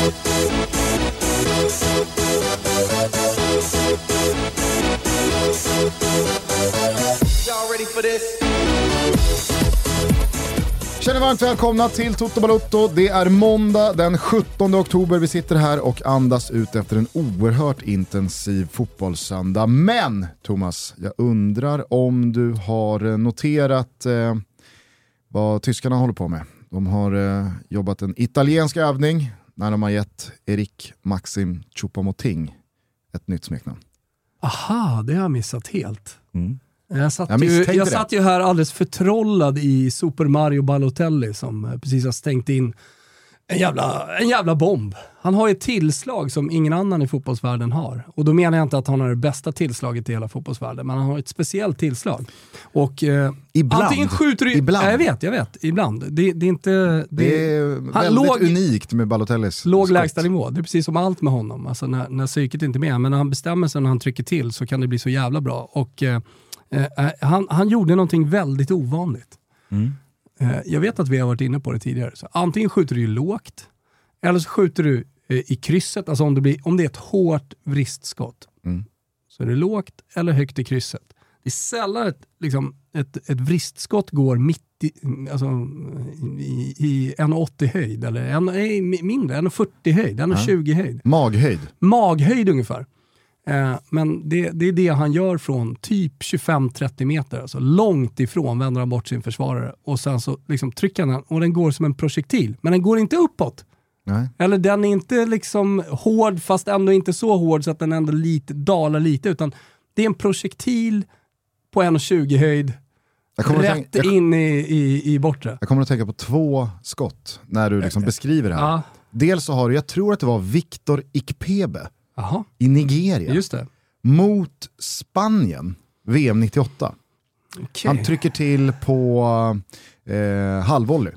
Känner varmt välkomna till Toto Balotto. Det är måndag den 17 oktober. Vi sitter här och andas ut efter en oerhört intensiv fotbollssöndag. Men Thomas, jag undrar om du har noterat vad tyskarna håller på med. De har jobbat en italiensk övning när de har gett Erik Maxim Choupo-Moting ett nytt smeknamn. Aha, det har jag missat helt. Mm. Jag satt ju här alldeles förtrollad i Super Mario Balotelli som precis har stängt in en jävla bomb. Han har ett tillslag som ingen annan i fotbollsvärlden har. Och då menar jag inte att han har det bästa tillslaget i hela fotbollsvärlden, men han har ett speciellt tillslag. Och ibland. Antingen skjuter du... Ibland. Ja, jag vet. Ibland. Det är inte... Det är väldigt unikt med Balotellis låg lägsta nivå. Det är precis som allt med honom. Alltså när psyket inte är med. Men när han bestämmer sig, när han trycker till, så kan det bli så jävla bra. Och... Han gjorde någonting väldigt ovanligt. Jag vet att vi har varit inne på det tidigare. Så antingen skjuter du lågt, eller så skjuter du i krysset. Alltså om det är ett hårt vristskott, så är det lågt eller högt i krysset. Det är sällan ett vristskott går mitt i 1,80 höjd, eller mindre, 1,40 höjd, 1,20 höjd. Maghöjd ungefär. Men det är det han gör från typ 25-30 meter, alltså långt ifrån vänder han bort sin försvarare, och sen så liksom trycker han, och den går som en projektil, men den går inte uppåt. Nej. Eller den är inte liksom hård, fast ändå inte så hård så att den ändå dalar lite, utan det är en projektil på 1,20 höjd rätt in i bortre. Jag kommer att tänka på 2 skott när du liksom beskriver det här. Ja. Dels så har du, jag tror att det var Victor Ikpebe. Aha. I Nigeria. Just det. Mot Spanien VM 98. Okay. Han trycker till på halvvolley.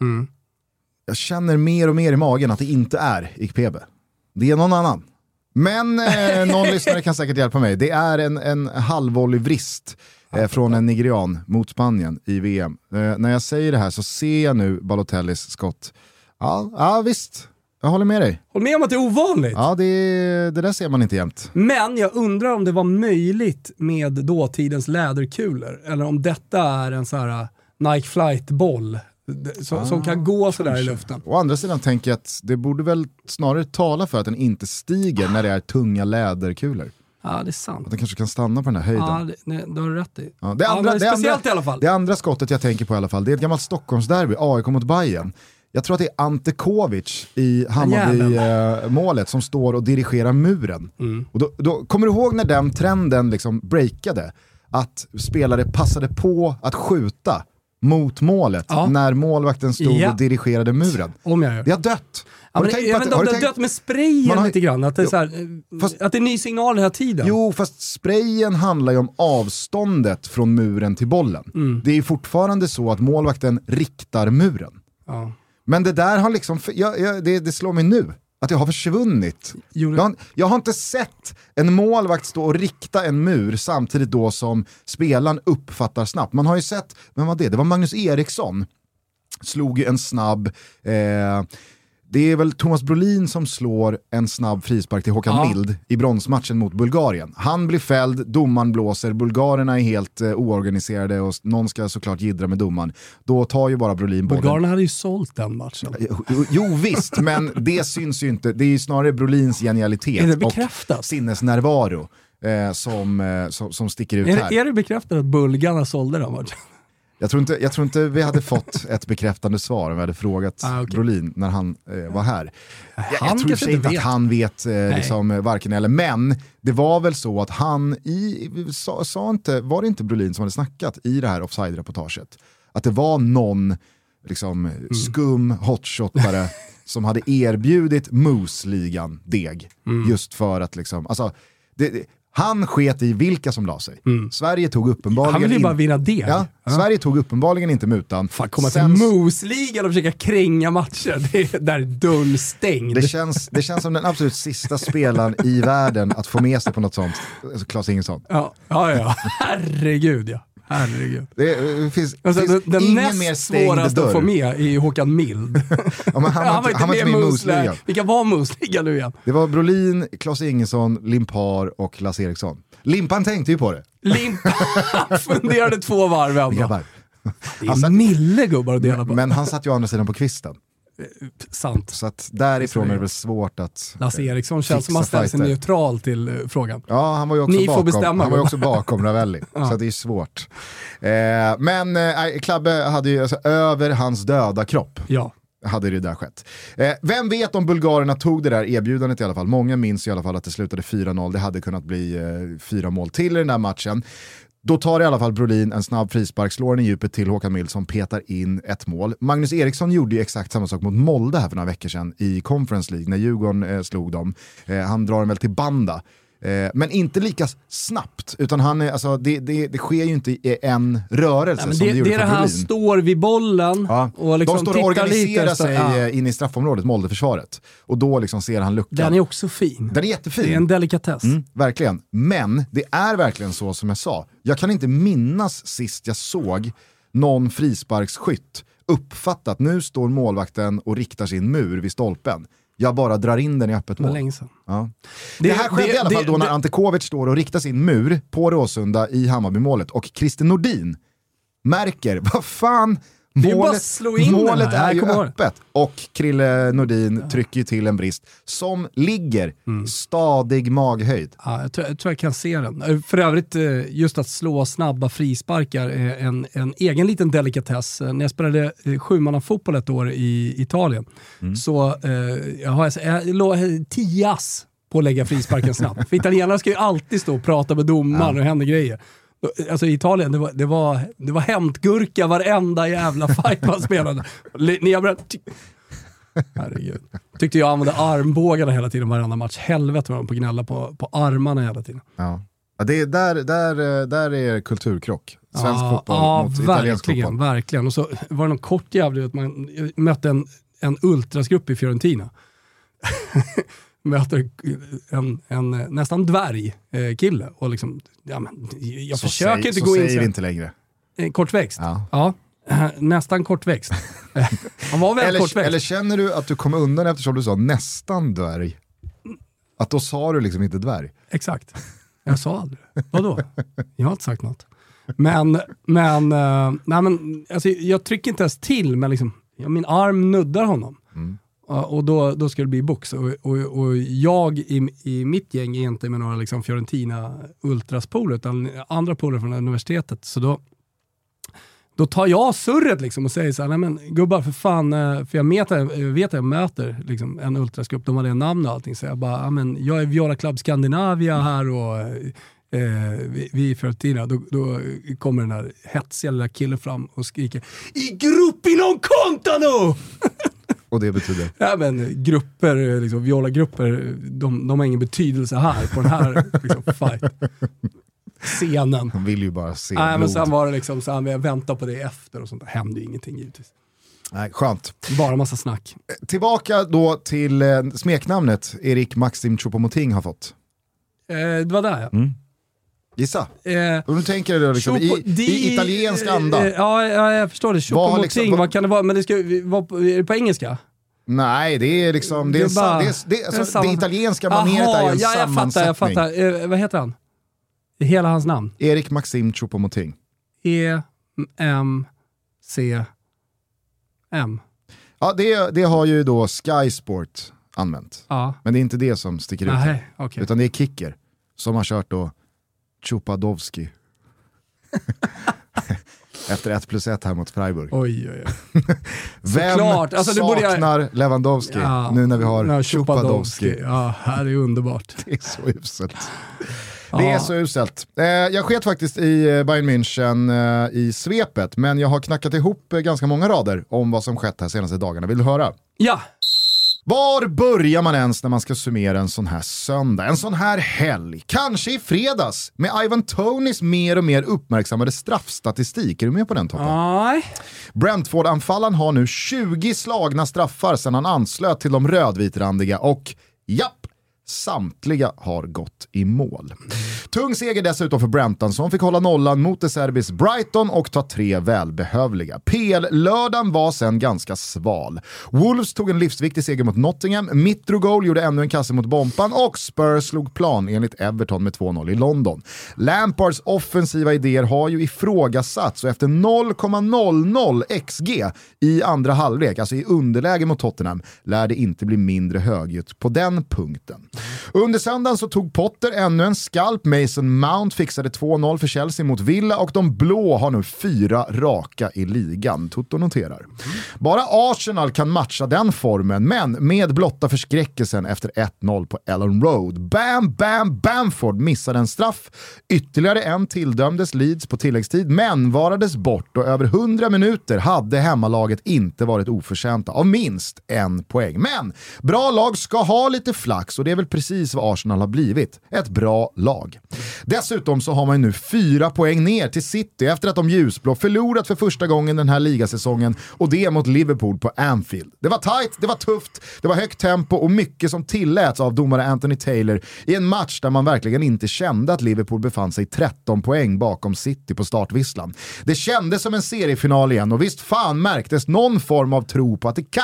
Jag känner mer och mer i magen att det inte är Ikpebe. Det är någon annan. Men någon lyssnare kan säkert hjälpa mig. Det är en halvvolley vrist från en nigerian mot Spanien i VM. När jag säger det här så ser jag nu Balotellis skott. Ja visst. Jag håller med dig. Håll med om att det är ovanligt. Ja, det där ser man inte jämt. Men jag undrar om det var möjligt med dåtidens läderkulor. Eller om detta är en sån här Nike Flight-boll som kan gå sådär i luften. Å andra sidan tänker jag att det borde väl snarare tala för att den inte stiger när det är tunga läderkulor. Ja, det är sant. Att den kanske kan stanna på den här höjden. Ja, det har du rätt i. Ja, det är speciellt i alla fall. Det andra skottet jag tänker på i alla fall, det är ett gammalt Stockholmsderby, AIK mot Bayern. Jag tror att det är Ante Kovic i Hammarby-målet som står och dirigerar muren. Och då kommer du ihåg när den trenden liksom breakade? Att spelare passade på att skjuta mot målet när målvakten stod och dirigerade muren. Det har dött. Ja, men jag vet inte om det har dött med sprayen lite grann. Att det är, att det är ny signal hela tiden. Jo, fast sprayen handlar ju om avståndet från muren till bollen. Det är ju fortfarande så att målvakten riktar muren. Ja. Men det där har liksom, det slår mig nu att det har försvunnit. Jag har inte sett en målvakt stå och rikta en mur samtidigt då som spelaren uppfattar snabbt. Man har ju sett, vem var det? Det var Magnus Eriksson. Slog ju en snabb... det är väl Thomas Brolin som slår en snabb frispark till Håkan Mild i bronsmatchen mot Bulgarien. Han blir fälld, domaren blåser, bulgarerna är helt oorganiserade och någon ska såklart jiddra med domaren. Då tar ju bara Brolin bollen. Bulgarerna hade ju sålt den matchen. Jo visst, men det syns ju inte. Det är ju snarare Brolins genialitet och sinnesnärvaro som sticker ut här. Är det bekräftat att bulgarna sålde den matchen? Jag tror inte vi hade fått ett bekräftande svar om vi hade frågat Brolin när han var här. Jag tror inte att han vet liksom, varken eller, men det var väl så att han var det inte Brolin som hade snackat i det här offside-reportaget? Att det var någon liksom, skum hotshottare som hade erbjudit Moose-ligan deg just för att liksom, alltså han sket i vilka som la sig. Sverige tog uppenbarligen... Han ville ju bara vinna det. Ja, Sverige tog uppenbarligen inte mutan. Fan, komma till Moose-ligan och försöka kränga matcher. Det där är dörren stängd. Det känns som den absolut sista spelaren i världen att få med sig på något sånt. Alltså Claes Ingesson. Ja. Herregud, ja. Herregud. Det finns den ingen näst mer stängd svåraste dörr. att få med är Håkan Mild. Ja, men han var inte med i Moosligan. Vilka var Moosligan nu igen? Det var Brolin, Claes Ingesson, Limpar och Lasse Eriksson. Limpan tänkte ju på det. Limpan funderade 2 varv ändå. Grabbar. Det är mille gubbar att dela på. Men han satt ju å andra sidan på kvisten. Sant. Så att därifrån är det väl svårt att Lasse Eriksson känns som att han ställer sig neutral till frågan. Ja, han var ju också Ni bakom. får bestämma. Han var ju också bakom Ravelli. Ja. Så det är svårt. Men Klabbe hade ju över hans döda kropp. Ja. Hade det där skett. Vem vet om bulgarerna tog det där erbjudandet i alla fall. Många minns i alla fall att det slutade 4-0. Det hade kunnat bli 4 mål till i den där matchen. Då tar i alla fall Brolin en snabb frispark, slår den i djupet till Håkan Mild som petar in ett mål. Magnus Eriksson gjorde ju exakt samma sak mot Molde här för några veckor sedan i Conference League när Djurgården slog dem. Han drar den väl till banda. Men inte lika snabbt, utan det sker ju inte i en rörelse. Ja, som det gjorde för Brolin. Han står vid bollen och liksom de står och organiserar lite, sig in i straffområdet, Molde-försvaret. Och då liksom ser han luckan. Den är också fin. Den är jättefin. Det är en delikatess. Verkligen. Men det är verkligen så som jag sa. Jag kan inte minnas sist jag såg någon frisparksskytt uppfattat nu står målvakten och riktar sin mur vid stolpen. Jag bara drar in den i öppet mål. Länge sedan. Ja. Det här skedde i alla fall då när Ante Kovic står och riktar sin mur på Råsunda i Hammarby-målet och Christer Nordin märker, vad fan, målet är ju öppet. Och Krille Nordin trycker till en brist som ligger stadig maghöjd. Ja, jag tror jag kan se den. För övrigt, just att slå snabba frisparkar är en egen liten delikatess. När jag spelade 7-mannafotboll ett år i Italien så jag låg 10 ass på att lägga frisparken snabbt. För italienare ska ju alltid stå och prata med domaren och hända grejer. Alltså i Italien, det var hämtgurka varenda jävla fight man spelade. Herregud. Tyckte jag använde armbågarna hela tiden varenda match. Helvete var de på gnälla på armarna hela tiden. Ja. Det är där är kulturkrock. Svensk fotboll mot italiensk fotboll. Verkligen. Och så var det någon kort jävligt att man mötte en ultrasgrupp i Fiorentina. Möter en nästan dvärgkille och liksom, jag så försöker inte gå in. Så säger vi inte längre. Kortväxt? Ja. Nästan kortväxt. Han var väl kortväxt. Eller känner du att du kom undan eftersom du sa nästan dvärg? Att då sa du liksom inte dvärg? Exakt. Jag sa aldrig. Vadå? Jag har inte sagt något. Men alltså, jag trycker inte ens till, men liksom, min arm nuddar honom. Och då ska det bli box. Och jag i mitt gäng är inte med några liksom Fiorentina ultraspoler utan andra poler från universitetet. Så då tar jag surret liksom och säger så här, nej men gubbar för fan, för jag vet att jag möter liksom en ultrasgrupp, de hade en namn och allting. Så jag bara, men jag är Viola Club Scandinavia här och vi är Fiorentina. Då kommer den här hetsiga lilla killen fram och skriker I gruppi non contano! Och det betyder? Ja, men grupper, liksom, viola-grupper, de har ingen betydelse här på den här liksom, fight-scenen. Han vill ju bara se blod. Men sen var det liksom så här, jag väntar på det efter och sånt. Det hände ju ingenting givetvis. Nej, skönt. Bara massa snack. Tillbaka då till smeknamnet Erik Maxim Choupo-Moting har fått. Det var där, ja. Gissa. Och nu tänker du liksom, i italiensk anda. Ja, jag förstår det. Choupo-Moting, liksom, vad kan det vara? Men det ska är det på engelska? Nej, det är liksom det italienska maneret är ju en sammansättning. Jag fattar. Vad heter han? Hela hans namn. Erik Maxim Choupo-Moting. E-M-C-M. Ja, det har ju då Sky Sport använt. Ja. Men det är inte det som sticker ut. Okay. Utan det är Kicker som har kört då Chupadovski. Efter 1+1 här mot Freiburg. Oj. Vem saknar Lewandowski nu när vi har Chupadovski? Ja, här är underbart. Det är så uselt. Det är så uselt. Jag sket faktiskt i Bayern München i svepet, men jag har knackat ihop ganska många rader om vad som skett här senaste dagarna. Vill du höra? Ja! Var börjar man ens när man ska summera en sån här söndag, en sån här helg? Kanske i fredags med Ivan Tonys mer och mer uppmärksammade straffstatistik. Är du med på den toppen? Nej. Brentford-anfallaren har nu 20 slagna straffar sedan han anslöt till de rödvitrandiga och japp, Samtliga har gått i mål. Tung seger dessutom för Brenton som fick hålla nollan mot De Serbis Brighton och ta 3 välbehövliga. PL-lördagen var sen ganska sval. Wolves tog en livsviktig seger mot Nottingham, Mitrogoal gjorde ännu en kasse mot Bompan och Spurs slog plan enligt Everton med 2-0 i London. Lampards offensiva idéer har ju ifrågasatts och efter 0,00 XG i andra halvlek, alltså i underläge mot Tottenham, lär det inte bli mindre högljutt på den punkten. Under söndagen så tog Potter ännu en skalp. Mason Mount fixade 2-0 för Chelsea mot Villa och de blå har nu 4 raka i ligan. Toto noterar. Bara Arsenal kan matcha den formen, men med blotta förskräckelsen efter 1-0 på Ellen Road. Bamford missade en straff. Ytterligare en tilldömdes Leeds på tilläggstid, men varades bort och över 100 minuter hade hemmalaget inte varit oförtjänta av minst 1 poäng. Men bra lag ska ha lite flax och det är väl precis vad Arsenal har blivit. Ett bra lag. Dessutom så har man nu 4 poäng ner till City efter att de ljusblå förlorat för första gången den här ligasäsongen och det mot Liverpool på Anfield. Det var tight, det var tufft, det var högt tempo och mycket som tilläts av domare Anthony Taylor i en match där man verkligen inte kände att Liverpool befann sig 13 poäng bakom City på startvisslan. Det kändes som en seriefinal igen och visst fan märktes någon form av tro på att det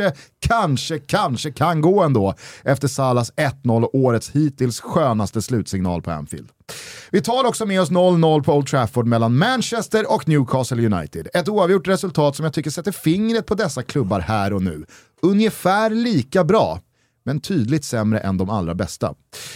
kanske kan gå ändå efter Salahs 1-0 och årets hittills skönaste slutsignal på Anfield. Vi tar också med oss 0-0 på Old Trafford mellan Manchester och Newcastle United. Ett oavgjort resultat som jag tycker sätter fingret på dessa klubbar här och nu. Ungefär lika bra, men tydligt sämre än de allra bästa.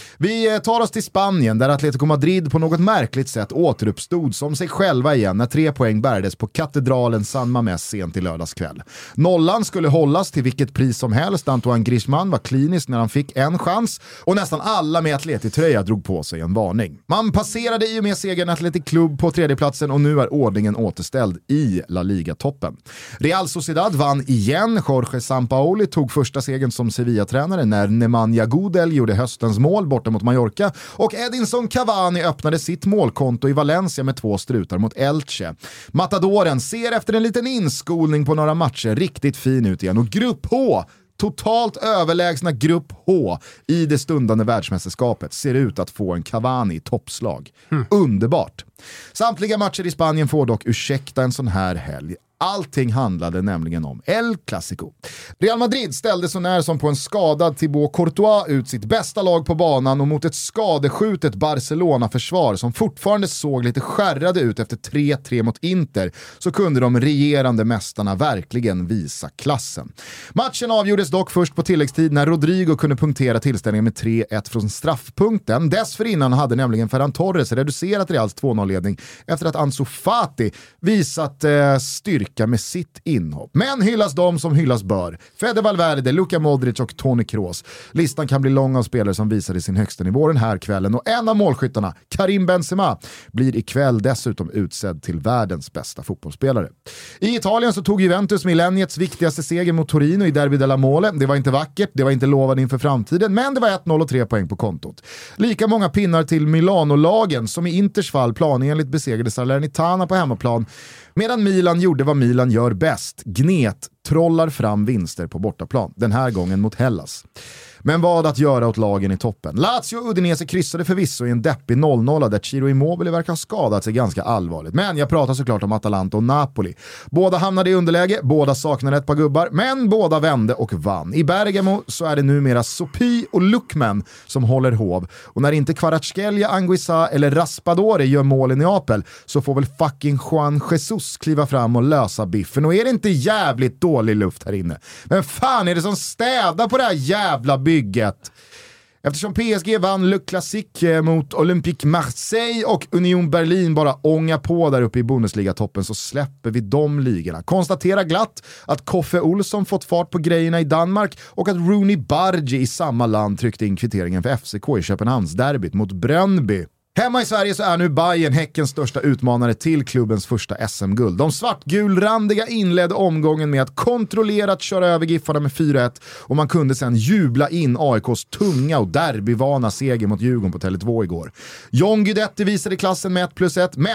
Vi tar oss till Spanien där Atletico Madrid på något märkligt sätt återuppstod som sig själva igen när 3 poäng bärdes på katedralen San Mamés sent i lördagskväll. Nollan skulle hållas till vilket pris som helst. Antoine Griezmann var klinisk när han fick en chans och nästan alla med Atleti-tröja drog på sig en varning. Man passerade i och med segern Athletic Club på 3:e platsen och nu är ordningen återställd i La Liga-toppen. Real Sociedad vann igen. Jorge Sampaoli tog första segern som Sevilla-tränare när Nemanja Gudel gjorde höstens mål borta mot Mallorca och Edinson Cavani öppnade sitt målkonto i Valencia med 2 strutar mot Elche. Matadoren ser efter en liten inskolning på några matcher riktigt fin ut igen och Grupp H, totalt överlägsna Grupp H i det stundande världsmästerskapet, ser ut att få en Cavani toppslag. Underbart! Samtliga matcher i Spanien får dock ursäkta en sån här helg. Allting handlade nämligen om El Clasico. Real Madrid ställde så när som på en skadad Thibaut Courtois ut sitt bästa lag på banan och mot ett skadeskjutet Barcelona-försvar som fortfarande såg lite skärrade ut efter 3-3 mot Inter så kunde de regerande mästarna verkligen visa klassen. Matchen avgjordes dock först på tilläggstid när Rodrigo kunde punktera tillställningen med 3-1 från straffpunkten. Dessförinnan hade nämligen Ferran Torres reducerat Reals 2-0-ledning efter att Ansu Fati visat styrka med sitt inhopp. Men hyllas de som hyllas bör. Fede Valverde, Luka Modric och Toni Kroos. Listan kan bli lång av spelare som visade sin högsta nivå den här kvällen och en av målskyttarna, Karim Benzema, blir ikväll dessutom utsedd till världens bästa fotbollsspelare. I Italien så tog Juventus millenniets viktigaste seger mot Torino i Derby della Mole. Det var inte vackert, det var inte lovande inför framtiden, men det var 1-0 och 3 poäng på kontot. Lika många pinnar till Milano-lagen som i Inters fall planenligt besegrade Salernitana på hemmaplan, medan Milan gjorde vad Milan gör bäst, gnet, trollar fram vinster på bortaplan, den här gången mot Hellas. Men vad att göra åt lagen i toppen? Lazio och Udinese kryssade förvisso i en deppig 0-0 där Ciro Immobile verkar ha skadat sig ganska allvarligt. Men jag pratar såklart om Atalanta och Napoli. Båda hamnade i underläge, båda saknade ett par gubbar, men båda vände och vann. I Bergamo så är det numera Sopi och Lukman som håller hov. Och när inte Kvaratskhelia, Anguissa eller Raspadori gör mål i Neapel så får väl fucking Juan Jesus kliva fram och lösa biffen. Och är det inte jävligt dålig luft här inne? Men fan är det som städar på det här jävla bygget? Eftersom PSG vann Le Classique mot Olympique Marseille och Union Berlin bara ångar på där uppe i Bundesliga-toppen så släpper vi de ligorna. Konstatera glatt att Koffe Olsson fått fart på grejerna i Danmark och att Rooney Bargi i samma land tryckte in kvitteringen för FCK i Köpenhamnsderbyt mot Brøndby. Hemma i Sverige så är nu Bayern Häckens största utmanare till klubbens första SM-guld. De svartgulrandiga inledde omgången med att kontrollerat köra över Giffarna med 4-1 och man kunde sedan jubla in AIKs tunga och derbyvana seger mot Djurgården på Tele2 igår. John Guidetti visade klassen med 1+1, men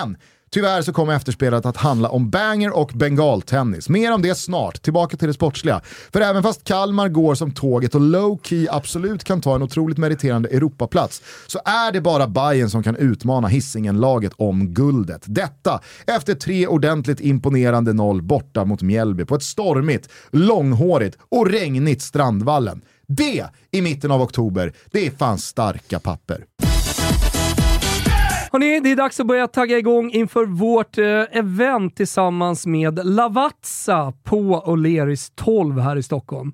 Tyvärr så kommer efterspelet att handla om banger och bengaltennis. Mer om det snart. Tillbaka till det sportsliga. För även fast Kalmar går som tåget och low-key absolut kan ta en otroligt meriterande Europaplats, så är det bara Bayern som kan utmana Hisingen-laget om guldet. Detta efter 3 ordentligt imponerande 0 borta mot Mjällby på ett stormigt, långhårigt och regnigt Strandvallen. Det i mitten av oktober, det är fan starka papper. Hörrni, det är dags att börja tagga igång inför vårt event tillsammans med Lavazza på O'Learys 12 här i Stockholm.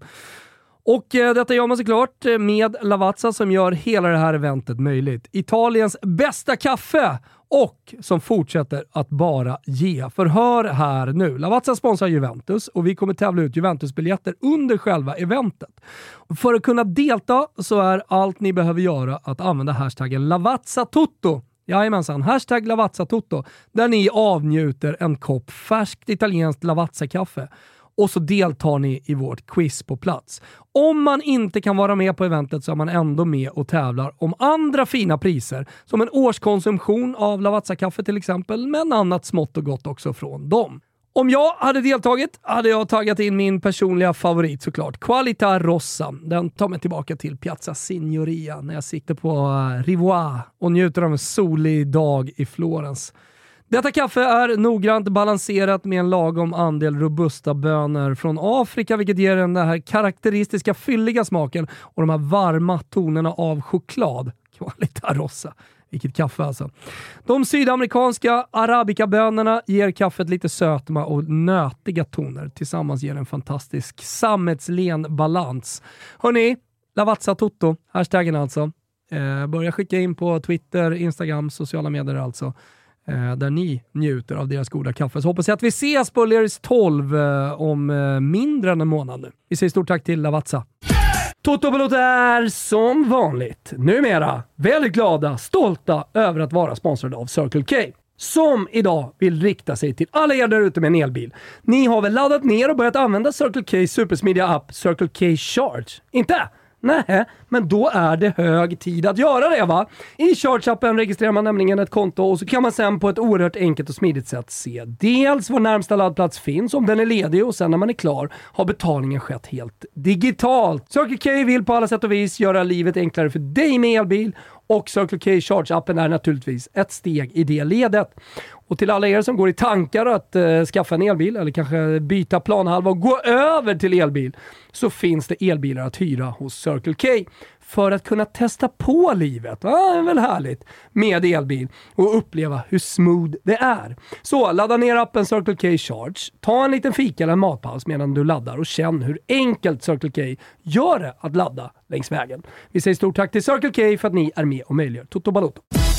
Och detta gör man såklart med Lavazza som gör hela det här eventet möjligt. Italiens bästa kaffe och som fortsätter att bara ge. För hör här nu, Lavazza sponsrar Juventus och vi kommer tävla ut Juventus-biljetter under själva eventet. Och för att kunna delta så är allt ni behöver göra att använda hashtaggen LavazzatoTo. Jajamensan, hashtag LavazzatoTo, där ni avnjuter en kopp färskt italienskt Lavazza-kaffe. Och så deltar ni i vårt quiz på plats. Om man inte kan vara med på eventet så är man ändå med och tävlar om andra fina priser. Som en årskonsumtion av Lavazza-kaffe till exempel, men annat smått och gott också från dem. Om jag hade deltagit hade jag taggat in min personliga favorit såklart. Qualità Rossa. Den tar mig tillbaka till Piazza Signoria när jag sitter på Rivoire och njuter av en solig dag i Florens. Detta kaffe är noggrant balanserat med en lagom andel robusta bönor från Afrika, vilket ger den här karaktäristiska fylliga smaken och de här varma tonerna av choklad. Qualità Rossa. Vilket kaffe alltså. De sydamerikanska arabica-bönorna ger kaffet lite sötma och nötiga toner. Tillsammans ger en fantastisk sammetslen balans. Hörrni, Lavazatoto, hashtaggen alltså. Börja skicka in på Twitter, Instagram, sociala medier alltså. Där ni njuter av deras goda kaffe. Så hoppas jag att vi ses på O'Learys 12 om mindre än en månad nu. Vi säger stort tack till Lavazza. Toto Balotto är som vanligt numera väldigt glada, stolta över att vara sponsrade av Circle K. Som idag vill rikta sig till alla er där ute med en elbil. Ni har väl laddat ner och börjat använda Circle K supersmidiga app Circle K Charge? Inte? Nej, men då är det hög tid att göra det va? I Charge-appen registrerar man nämligen ett konto och så kan man sen på ett oerhört enkelt och smidigt sätt se dels var närmsta laddplats finns om den är ledig och sen när man är klar har betalningen skett helt digitalt. Circle K vill på alla sätt och vis göra livet enklare för dig med elbil och Circle K Charge-appen är naturligtvis ett steg i det ledet. Och till alla er som går i tankar att skaffa en elbil eller kanske byta planhalva och gå över till elbil så finns det elbilar att hyra hos Circle K för att kunna testa på livet. Det är väl härligt med elbil och uppleva hur smooth det är. Så ladda ner appen Circle K Charge, ta en liten fika eller en matpaus medan du laddar och känn hur enkelt Circle K gör det att ladda längs vägen. Vi säger stort tack till Circle K för att ni är med och möjliggör Toto Balotto.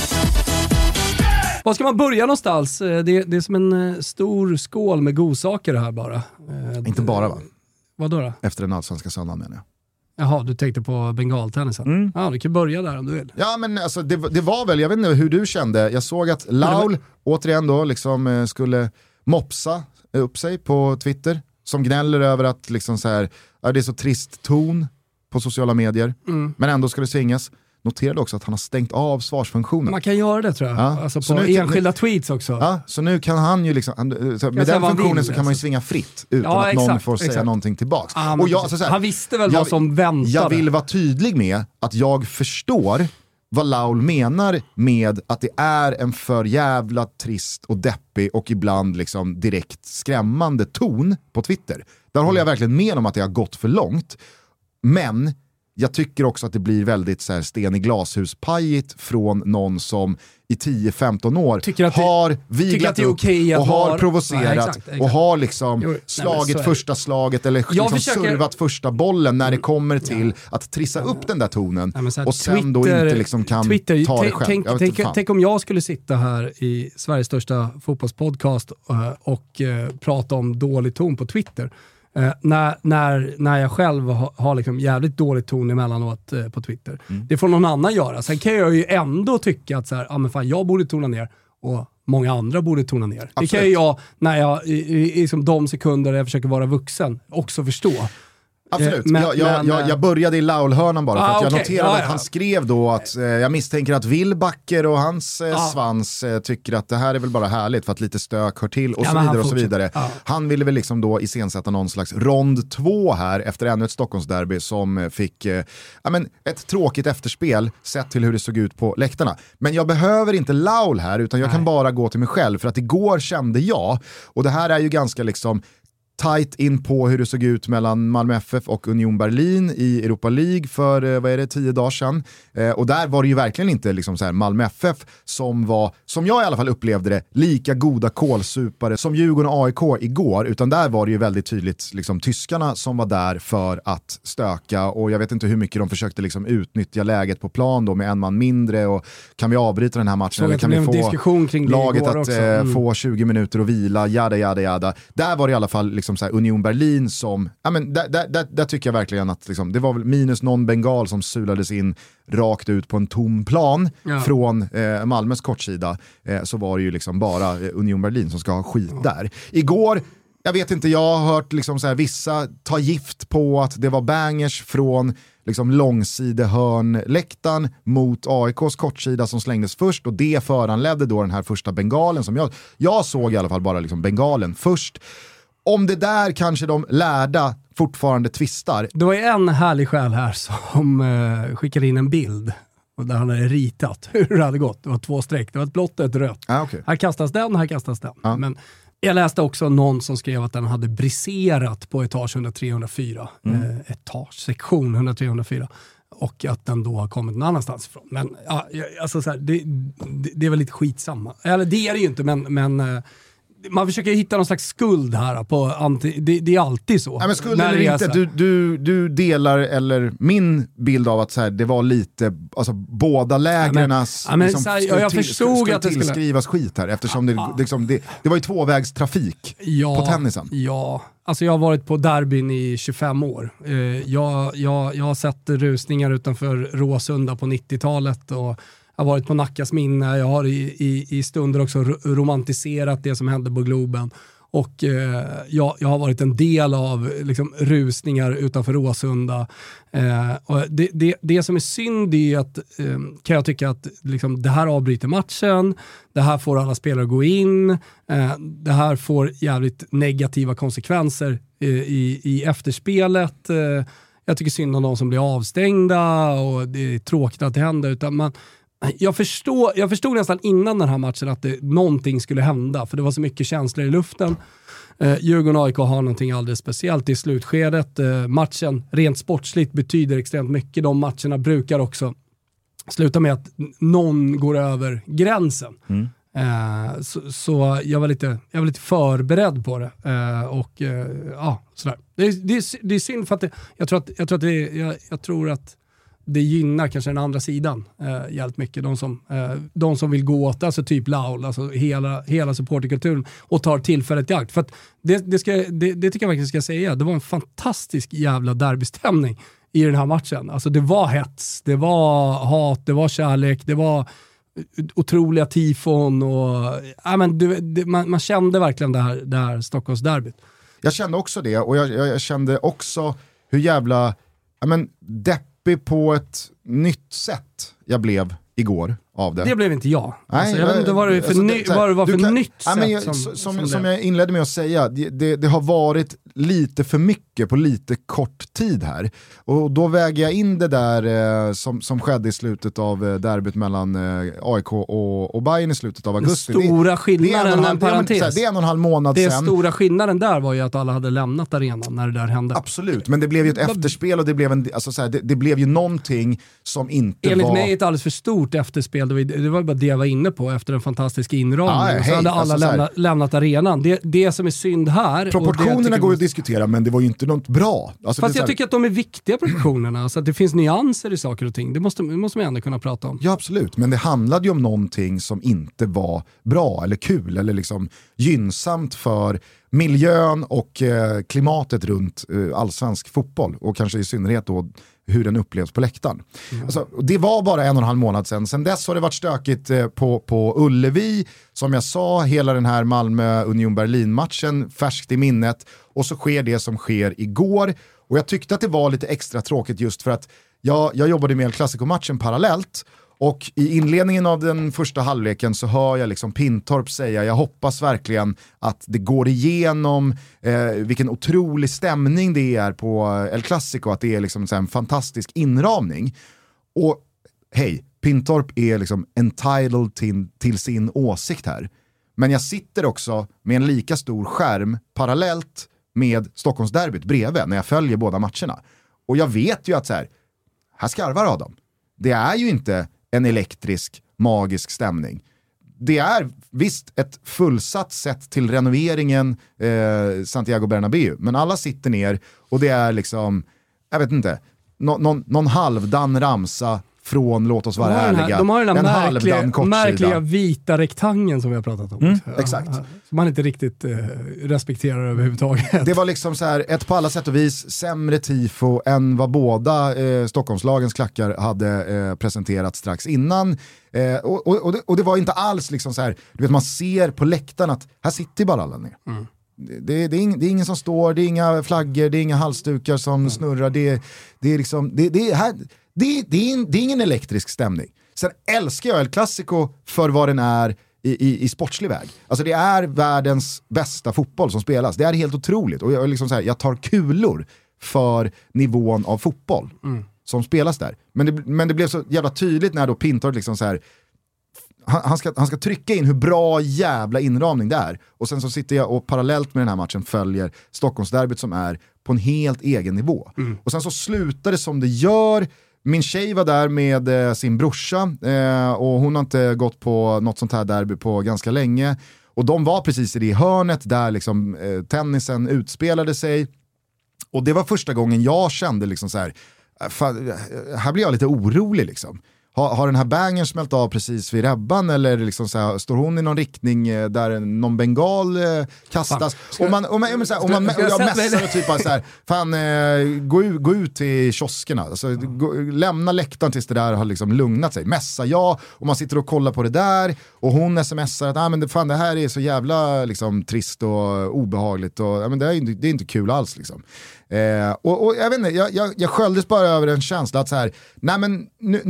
Var ska man börja någonstans? Det är som en stor skål med godsaker här bara. Inte bara va? Vadå då? Efter den allsvenska söndagen menar jag. Jaha, du tänkte på bengaltennisen. Ja, du kan börja där om du vill. Ja, men alltså, det var väl, jag vet inte hur du kände. Jag såg att Laul återigen då liksom skulle mopsa upp sig på Twitter. Som gnäller över att liksom så här, det är så trist ton på sociala medier. Men ändå ska det svingas. Noterade också att han har stängt av svarsfunktionen. Man kan göra det tror jag. Ja. Alltså på enskilda tweets också. Ja, så nu kan han ju liksom, med den funktionen så kan man ju svinga fritt utan att någon får säga någonting tillbaks. Och jag, så här, han visste väl vad som väntade. Jag vill vara tydlig med att jag förstår vad Laul menar med att det är en för jävla trist och deppig och ibland liksom direkt skrämmande ton på Twitter. Där håller jag verkligen med om att det har gått för långt. Men jag tycker också att det blir väldigt så här sten i glashus-pajigt från någon som i 10-15 år har viglat upp och har provocerat och har liksom slagit första slaget eller liksom servat första bollen när det kommer till att trissa upp den där tonen och sen Twitter, då inte liksom kan ta det själv. Tänk om jag skulle sitta här i Sveriges största fotbollspodcast och prata om dålig ton på Twitter. När jag själv har liksom jävligt dålig ton emellanåt på Twitter. Det får någon annan göra. Sen kan jag ju ändå tycka att så här, men fan, jag borde tona ner och många andra borde tona ner. Absolut. Det kan ju jag, när jag i de sekunder jag försöker vara vuxen, också förstå. Absolut, jag började i Laul-hörnan bara för att jag noterade att han skrev då att jag misstänker att Wilbacher och hans svans tycker att det här är väl bara härligt för att lite stök hör till och så vidare och så vidare. Han ville väl liksom då iscensätta någon slags rond 2 här efter ännu ett Stockholmsderby som fick ett tråkigt efterspel sett till hur det såg ut på läktarna. Men jag behöver inte Laul här utan jag kan bara gå till mig själv för att igår kände jag, och det här är ju ganska liksom tight in på hur det såg ut mellan Malmö FF och Union Berlin i Europa League för 10 dagar sedan. Och där var det ju verkligen inte liksom så här Malmö FF som var, som jag i alla fall upplevde det, lika goda kålsupare som Djurgården och AIK igår, utan där var det ju väldigt tydligt liksom tyskarna som var där för att stöka, och jag vet inte hur mycket de försökte liksom utnyttja läget på plan då med en man mindre, och kan vi avbryta den här matchen eller kan vi få laget att få 20 minuter och vila, jada. Där var det i alla fall liksom så här Union Berlin som, där tycker jag verkligen att liksom, det var väl minus någon bengal som sulades in rakt ut på en tom plan från Malmös kortsida, så var det ju liksom bara Union Berlin som ska ha skit där. Igår, jag vet inte, jag har hört liksom så här, vissa ta gift på att det var bangers från liksom långsidehörnläktaren mot AIKs kortsida som slängdes först, och det föranledde då den här första bengalen som jag såg i alla fall bara liksom bengalen först. Om det där kanske de lärda fortfarande tvistar. Det var en härlig själ här som skickade in en bild och där han hade ritat hur det hade gått. Det var 2 streck, det var ett blått och ett rött. Okay. Här kastas den, här kastas den. Men jag läste också någon som skrev att den hade briserat på etage 103-104. Sektion 103-104. Och att den då har kommit någon annanstans ifrån. Men alltså så här, det är väl lite skitsamma. Eller det är det ju inte, men man försöker hitta någon slags skuld här på det är alltid så. Nej, men skuld eller inte, du delar eller min bild av att så här, det var lite alltså, båda lägernas jag förstod att det skulle tillskrivas skit här eftersom det var ju tvåvägstrafik på tennisen. Ja, alltså jag har varit på derbyn i 25 år. Jag har sett rusningar utanför Råsunda på 90-talet och jag har varit på Nackas minne, jag har i stunder också romantiserat det som hände på Globen. Och jag har varit en del av liksom, rusningar utanför Råsunda. Och det som är synd är att, kan jag tycka att liksom, det här avbryter matchen, det här får alla spelare gå in, det här får jävligt negativa konsekvenser i efterspelet. Jag tycker synd om de som blir avstängda och det är tråkigt att det händer, utan jag förstod nästan innan den här matchen att någonting skulle hända, för det var så mycket känslor i luften. Djurgården och AIK har någonting alldeles speciellt i slutskedet. Matchen rent sportsligt betyder extremt mycket. De matcherna brukar också sluta med att någon går över gränsen. Så jag var lite förberedd på det. Sådär. Det är synd för att jag tror att det gynnar kanske den andra sidan jävligt mycket. De som vill gå åt, alltså typ Laul, alltså hela supporterkulturen, och tar tillfället i akt. För att det tycker jag verkligen ska säga. Det var en fantastisk jävla derbystämning i den här matchen. Alltså det var hets, det var hat, det var kärlek, det var otroliga tifon och man kände verkligen det här Stockholmsderbyt. Jag kände också det, och jag kände också hur jävla deppig på ett nytt sätt jag blev igår av det. Det blev inte jag. Alltså, jag vet inte vad det var för nytt sätt. Som jag inledde med att säga, det har varit lite för mycket på lite kort tid här. Och då väger jag in det där som skedde i slutet av derbyt mellan AIK och Bayern i slutet av augusti. Den stora skillnaden, en parentes. Det är 1,5 månad sedan. Den stora skillnaden där var ju att alla hade lämnat arenan när det där hände. Absolut, men det blev ju ett efterspel och det blev ju någonting som inte enligt var... mig ett alldeles för stort efterspel. Det var bara det jag var inne på efter den fantastiska inramningen. Så hade alla lämnat arenan. Det som är synd här... Proportionerna går att diskutera, men det var ju inte något bra. Alltså, fast jag tycker att de är viktiga, proportionerna. Så att det finns nyanser i saker och ting. Det måste man ändå kunna prata om. Ja, absolut. Men det handlade ju om någonting som inte var bra eller kul eller liksom gynnsamt för miljön och klimatet runt allsvensk fotboll. Och kanske i synnerhet då hur den upplevs på läktaren. Alltså, det var bara 1,5 månad sedan. Sen dess har det varit stökigt på Ullevi. Som jag sa, hela den här Malmö-Union Berlin-matchen färskt i minnet. Och så sker det som sker igår. Och jag tyckte att det var lite extra tråkigt just för att jag jobbade med El Clasico-matchen parallellt. Och i inledningen av den första halvleken så hör jag liksom Pintorp säga, jag hoppas verkligen att det går igenom vilken otrolig stämning det är på El Clasico, att det är liksom en fantastisk inramning. Och hej, Pintorp är liksom entitled till sin åsikt här. Men jag sitter också med en lika stor skärm parallellt med Stockholmsderbyt bredvid när jag följer båda matcherna. Och jag vet ju att här skarvar Adam. Det är ju inte en elektrisk, magisk stämning. Det är visst ett fullsatt sätt till renoveringen Santiago Bernabéu. Men alla sitter ner och det är liksom, jag vet inte, någon halvdan ramsa från Låt oss vara ärliga. De har den här märkliga vita rektangeln som vi har pratat om. Exakt. Som man inte riktigt respekterar överhuvudtaget. Det var liksom så här, ett på alla sätt och vis sämre tifo än vad båda Stockholmslagens klackar hade presenterat strax innan. Och det var inte alls liksom så här, du vet, man ser på läktaren att här sitter bara alla ner. Det är ingen som står, det är inga flaggor, det är inga halsdukar som snurrar. Det är liksom, det är ingen elektrisk stämning. Sen älskar jag El Clasico för vad den är i sportslig väg. Alltså det är världens bästa fotboll som spelas. Det är helt otroligt. Och jag, liksom så här, jag tar kulor för nivån av fotboll som spelas där. Men det blev så jävla tydligt när då Pintorp liksom så här, han ska trycka in hur bra jävla inramning det är. Och sen så sitter jag och parallellt med den här matchen följer Stockholmsderbyt som är på en helt egen nivå. Och sen så slutar det som det gör. Min tjej var där med sin brorsa och hon har inte gått på något sånt här derby på ganska länge. Och de var precis i det hörnet där liksom, tennisen utspelade sig. Och det var första gången jag kände liksom så här, här blir jag lite orolig liksom. Har den här bangern smält av precis vid rebban eller liksom så här, står hon i någon riktning där någon bengal kastas? Och jag mässar och typ så här, fan, gå ut till kioskerna, alltså, lämna läktaren tills det där har liksom lugnat sig. Mässa jag, och man sitter och kollar på det där och hon smsar att men det här är så jävla liksom, trist och obehagligt och men det är inte kul alls liksom. Och jag vet inte, jag sköljdes bara över en känsla att så här, nej men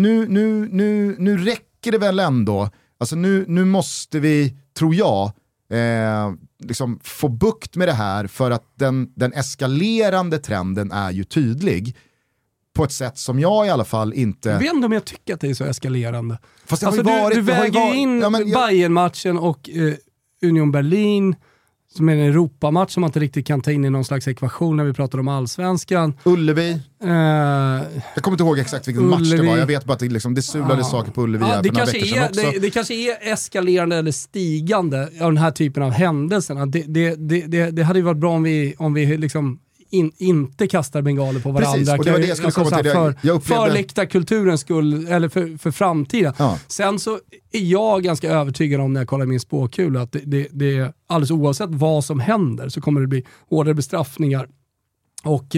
nu räcker det väl ändå, alltså nu måste vi, tror jag, liksom få bukt med det här, för att den eskalerande trenden är ju tydlig på ett sätt som jag i alla fall inte... Jag vet inte om jag tycker att det är så eskalerande. Fast alltså, du väger in Bayern-matchen och Union Berlin som är en Europamatch som man inte riktigt kan ta in i någon slags ekvation när vi pratar om allsvenskan. Ullevi. Jag kommer inte ihåg exakt vilken match det var. Jag vet bara att det sulade saker på Ullevi här för några veckor sedan också. Det kanske är eskalerande eller stigande av den här typen av händelserna. Det hade ju varit bra om vi liksom inte kastar bengaler på varandra. Precis, och det var det jag skulle komma till. För läktarkulturens skull, eller för framtiden. Ja. Sen så är jag ganska övertygad om när jag kollar min spåkula att det är alldeles oavsett vad som händer så kommer det bli hårdare bestraffningar. Och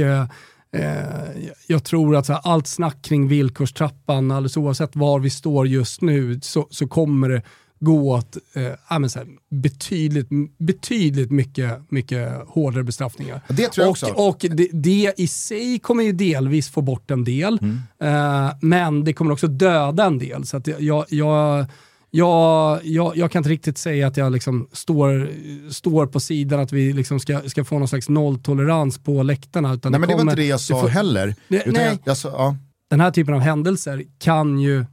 jag tror att så här, allt snack kring villkorstrappan, alldeles oavsett var vi står just nu, så kommer det gå åt betydligt mycket hårdare bestraffningar. Det tror jag också. Och det i sig kommer ju delvis få bort en del, men det kommer också döda en del. Så att jag kan inte riktigt säga att jag liksom står på sidan att vi liksom ska få någon slags nolltolerans på läktarna. Utan nej, men det var inte det jag sa heller. Den här typen av händelser kan ju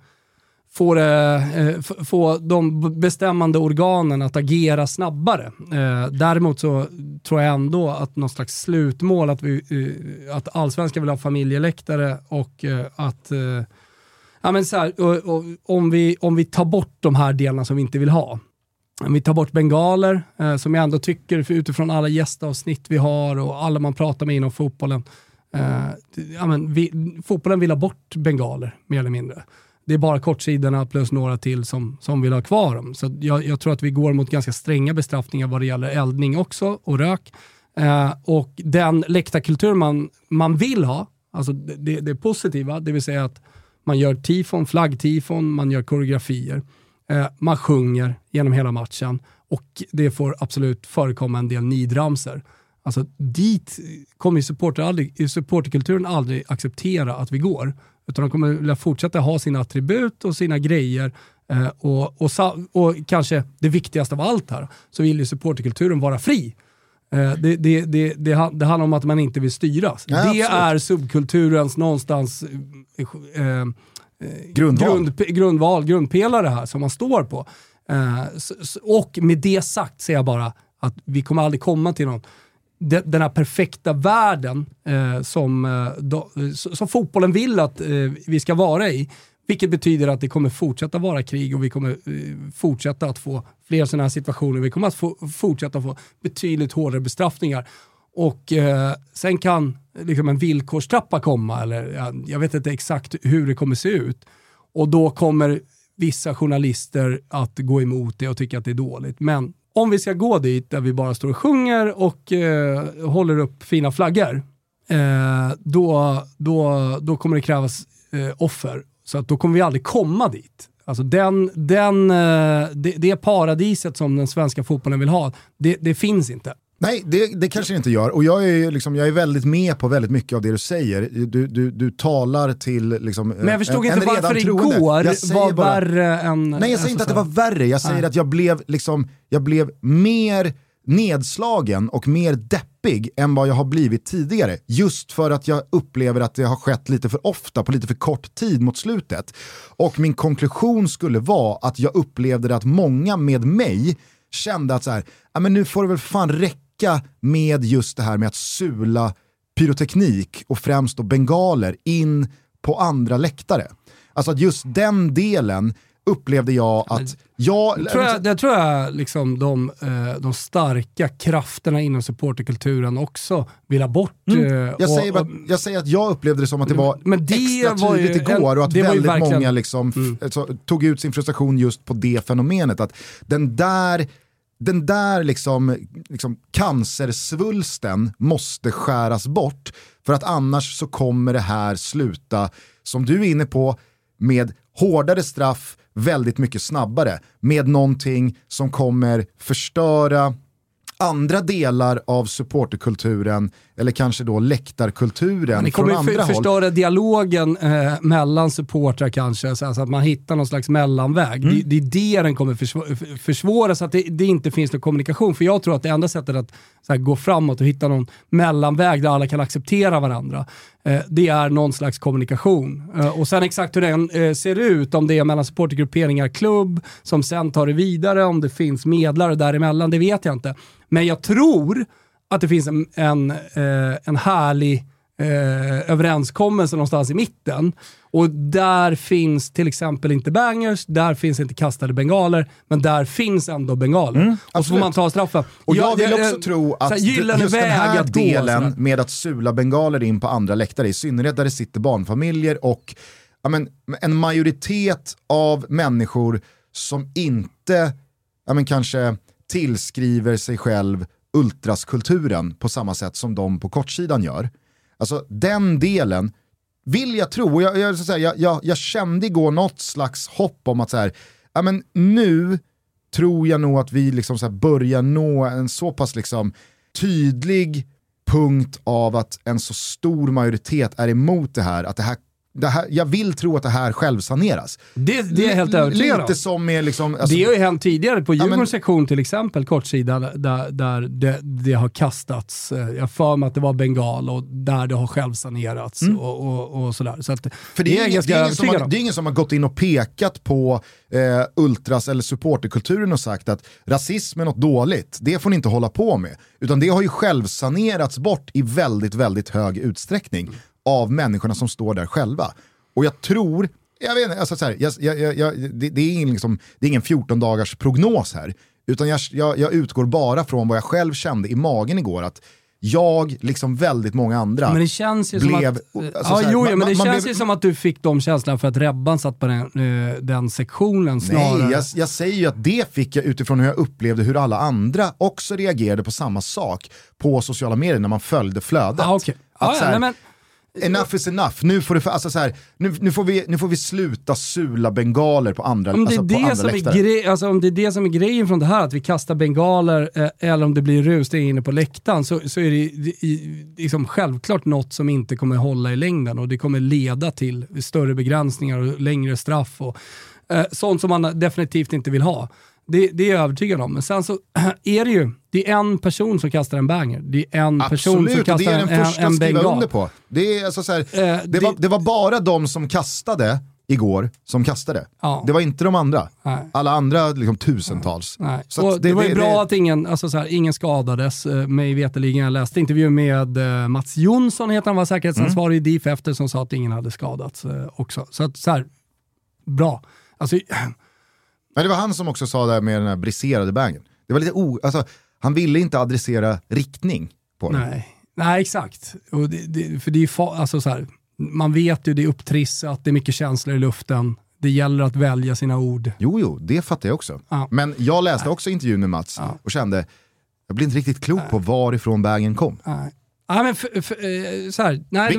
få de bestämmande organen att agera snabbare. Däremot så tror jag ändå att någon slags slutmål att allsvenskan vill ha familjeläktare och att så här, och om vi tar bort de här delarna som vi inte vill ha. Om vi tar bort bengaler, som jag ändå tycker utifrån alla gästavsnitt vi har och alla man pratar med inom fotbollen. Fotbollen vill ha bort bengaler, mer eller mindre. Det är bara kortsidorna plus några till som vill ha kvar dem. Så jag tror att vi går mot ganska stränga bestraffningar vad det gäller eldning också och rök. Och den läktarkultur man vill ha, alltså det positiva, det vill säga att man gör tifon, flaggtifon, man gör koreografier. Man sjunger genom hela matchen och det får absolut förekomma en del nidramser. Alltså dit kommer ju supporterkulturen aldrig acceptera att vi går. Utan de kommer vilja fortsätta ha sina attribut och sina grejer. Och kanske det viktigaste av allt här, så vill ju supporterkulturen vara fri. Det handlar om att man inte vill styras. Ja, det absolut. Är subkulturens någonstans grundpelare här som man står på. Och med det sagt säger jag bara att vi kommer aldrig komma till den här perfekta världen som fotbollen vill att vi ska vara i. Vilket betyder att det kommer fortsätta vara krig och vi kommer fortsätta att få fler sådana här situationer. Vi kommer att fortsätta få betydligt hårdare bestraffningar. Och sen kan liksom en villkorstrappa komma, eller jag vet inte exakt hur det kommer se ut. Och då kommer vissa journalister att gå emot det och tycka att det är dåligt. Men om vi ska gå dit där vi bara står och sjunger och håller upp fina flaggor, då kommer det krävas offer. Så att då kommer vi aldrig komma dit. Alltså det paradiset som den svenska fotbollen vill ha, det finns inte. Nej, det kanske det inte gör. Och jag är väldigt med på väldigt mycket av det du säger. Du talar till liksom, men jag förstod inte varför igår var värre än... Nej, jag säger inte att det var värre. Jag säger att jag blev mer nedslagen och mer deppig än vad jag har blivit tidigare. Just för att jag upplever att det har skett lite för ofta på lite för kort tid mot slutet. Och min konklusion skulle vara att jag upplevde att många med mig kände att så här, men nu får det väl fan räcka med just det här med att sula pyroteknik och främst då bengaler in på andra läktare. Alltså att just den delen upplevde jag att jag tror liksom de starka krafterna inom supporterkulturen också vill ha bort. Jag säger att jag upplevde det som att det var extra tydligt igår och att väldigt många liksom tog ut sin frustration just på det fenomenet. Att den där liksom cancersvulsten måste skäras bort, för att annars så kommer det här sluta, som du är inne på, med hårdare straff väldigt mycket snabbare, med någonting som kommer förstöra andra delar av supporterkulturen eller kanske då läktarkulturen. Det kommer förstöra dialogen mellan supportrar kanske, så att man hittar någon slags mellanväg. Det är det den kommer försvåra, så att det inte finns någon kommunikation. För jag tror att det enda sättet att så här, gå framåt och hitta någon mellanväg där alla kan acceptera varandra, det är någon slags kommunikation. Och sen exakt hur den ser ut, om det är mellan supportergrupperingar, klubb som sen tar det vidare, om det finns medlare däremellan, det vet jag inte. Men jag tror att det finns en härlig överenskommelse någonstans i mitten. Och där finns till exempel inte bangers, där finns inte kastade bengaler, men där finns ändå bengaler. Och så får man ta straffen. Och jag vill också tro att just den här delen med att sula bengaler in på andra läktare, i synnerhet där det sitter barnfamiljer och en majoritet av människor som inte kanske tillskriver sig själv ultraskulturen på samma sätt som de på kortsidan gör. Alltså den delen vill jag tro, och jag kände igår något slags hopp om att så här, nu tror jag nog att vi liksom så här börjar nå en så pass liksom tydlig punkt av att en så stor majoritet är emot det här, att det här, jag vill tro att det här självsaneras. Det är helt övertygad om. Lite som med liksom, alltså, det har ju hänt tidigare på Djurgårdens sektion till exempel, kortsida, där det har kastats, jag för mig att det var bengal, och där det har självsanerats och sådär. Så att, för det är ingen som har gått in och pekat på ultras eller supporterkulturen och sagt att rasism är något dåligt, det får ni inte hålla på med. Utan det har ju självsanerats bort i väldigt, väldigt hög utsträckning av människorna som står där själva. Och jag tror, jag vet inte, alltså så här, det är ingen 14 dagars prognos här, utan jag utgår bara från vad jag själv kände i magen igår, att jag, liksom väldigt många andra, men det känns ju som att du fick de känslorna för att Rebban satt på den sektionen snarare. Nej, jag säger ju att det fick jag utifrån hur jag upplevde hur alla andra också reagerade på samma sak på sociala medier när man följde flödet. Okay. enough is enough. Nu får det, alltså så här, nu får vi sluta sula bengaler på andra, om det är alltså på andra läktare. Alltså om det är det som är grejen från det här, att vi kastar bengaler eller om det blir rusning inne på läktaren, så är det liksom självklart något som inte kommer hålla i längden, och det kommer leda till större begränsningar och längre straff och sånt som man definitivt inte vill ha. Det är jag övertygad om. Men sen så är det är en person som kastar en banger. Det är en person som kastar en bengal. Det är den första att skriva under på. Det är alltså så här, det var bara de som kastade igår som kastade. Ja. Det var inte de andra. Nej. Alla andra liksom tusentals. Nej. Så det var ju bra att ingen skadades. Mig veterligen, jag läste intervju med Mats Jonsson, heter han, var säkerhetsansvarig i DIF efter, som sa att ingen hade skadats också. Så att så här, bra. Alltså... Men det var han som också sa det med den här briserade bangen. Det var lite alltså, han ville inte adressera riktning på den. Nej, exakt. Och för det är alltså så här, man vet ju, det är upptrissat, det är mycket känslor i luften. Det gäller att välja sina ord. Jo, det fattar jag också. Ja. Men jag läste också intervjun med Mats och kände, jag blir inte riktigt klok på varifrån bangen kom. Ja, men så här, nej,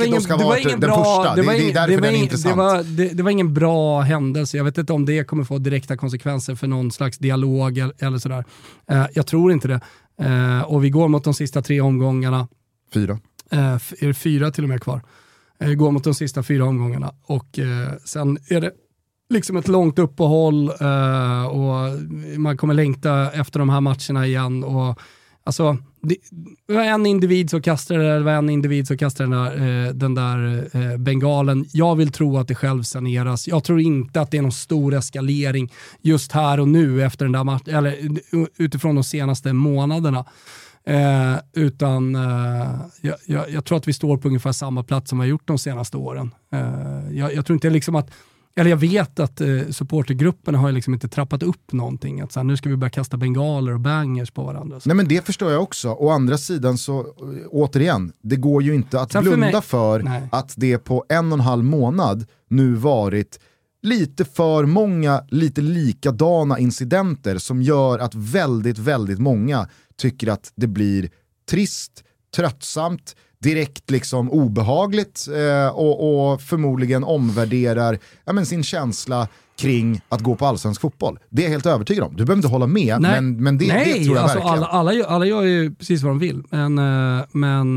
det var ingen bra händelse. Jag vet inte om det kommer få direkta konsekvenser för någon slags dialog eller sådär. Jag tror inte det. Och vi går mot de sista 3 omgångarna. 4. Är det 4 till och med kvar? Går mot de sista 4 omgångarna. Och sen är det liksom ett långt uppehåll och man kommer längta efter de här matcherna igen. Och alltså, det var en individ som kastade den där bengalen. Jag vill tro att det själv saneras. Jag tror inte att det är någon stor eskalering just här och nu efter den där matchen, eller utifrån de senaste månaderna. Utan jag tror att vi står på ungefär samma plats som vi har gjort de senaste åren. Jag tror inte liksom att, eller jag vet att supportergrupperna har liksom inte trappat upp någonting. Att så här, nu ska vi börja kasta bengaler och bangers på varandra. Så. Nej, men det förstår jag också. Å andra sidan så, återigen, det går ju inte att blunda för att det på 1,5 månad nu varit lite för många, lite likadana incidenter som gör att väldigt, väldigt många tycker att det blir trist, tröttsamt, direkt liksom obehagligt och förmodligen omvärderar sin känsla kring att gå på allsvensk fotboll. Det är jag helt övertygad om. Du behöver inte hålla med, men det tror jag verkligen. Alla gör ju precis vad de vill. Men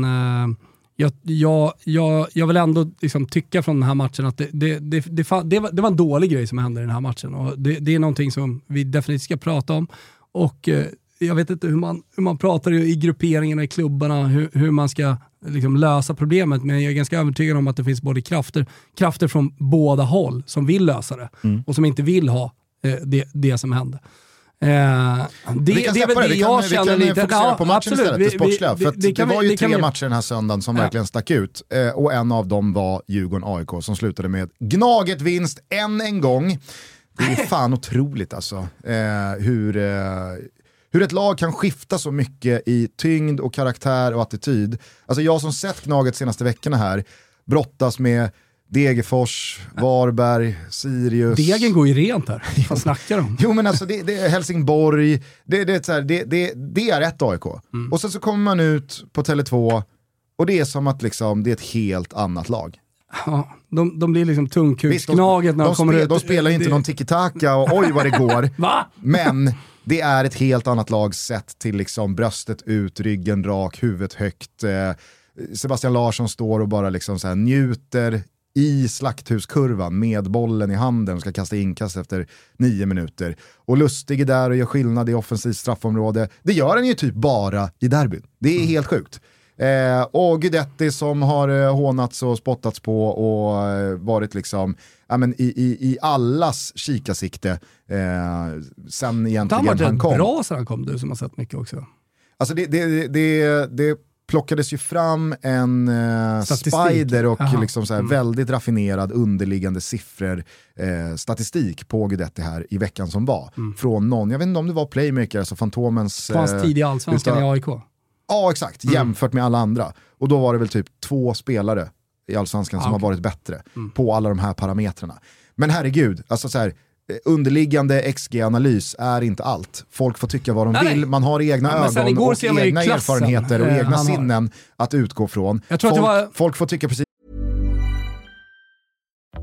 jag vill ändå liksom tycka från den här matchen att det var en dålig grej som hände i den här matchen. Och det är någonting som vi definitivt ska prata om. Och jag vet inte hur man pratar i grupperingarna i klubbarna, hur man ska liksom lösa problemet, men jag är ganska övertygad om att det finns både krafter från båda håll som vill lösa det och som inte vill ha det som hände. Det är väl det jag känner lite. Vi kan fokusera på matchen istället, det sportsliga. För att det var ju 3 matcher den här söndagen som verkligen stack ut. Och en av dem var Djurgården-AIK som slutade med Gnaget vinst än en gång. Det är fan otroligt alltså. Hur ett lag kan skifta så mycket i tyngd och karaktär och attityd. Alltså jag som sett Gnaget senaste veckorna här brottas med Degerfors, Varberg, Sirius. Degen går ju rent här. Vad snackar de? Jo, men alltså det är Helsingborg. Det är ett AIK. Och sen så kommer man ut på Tele2 och det är som att liksom, det är ett helt annat lag. Ja, de blir liksom tungkuksgnaget när de kommer ut. De spelar inte någon tiki-taka och oj vad det går. Va? Men det är ett helt annat lag sett till liksom bröstet ut, ryggen rak, huvudet högt. Sebastian Larsson står och bara liksom så här njuter i slakthuskurvan med bollen i handen och ska kasta inkast efter 9 minuter. Och Lustig är där och gör skillnad i offensivt straffområde. Det gör han ju typ bara i derbyn. Det är helt sjukt. Och Guidetti som har hånats och spottats på och varit liksom i allas kikasikte sen egentligen han kom. Bra så han kom, du som har sett mycket också. Alltså det plockades ju fram en spider och liksom så här väldigt raffinerad underliggande siffror statistik på Guidetti här i veckan som var. Från någon, jag vet inte om det var Playmaker, alltså Fantomens... På hans tid i Allsvenskan i AIK. Ja, exakt. Jämfört med alla andra. Och då var det väl typ 2 spelare i Allsvenskan som har varit bättre på alla de här parametrarna. Men herregud, alltså så här, underliggande XG-analys är inte allt. Folk får tycka vad de vill. Man har egna ögon och egna erfarenheter och egna sinnen att utgå från. Jag tror att folk får tycka precis.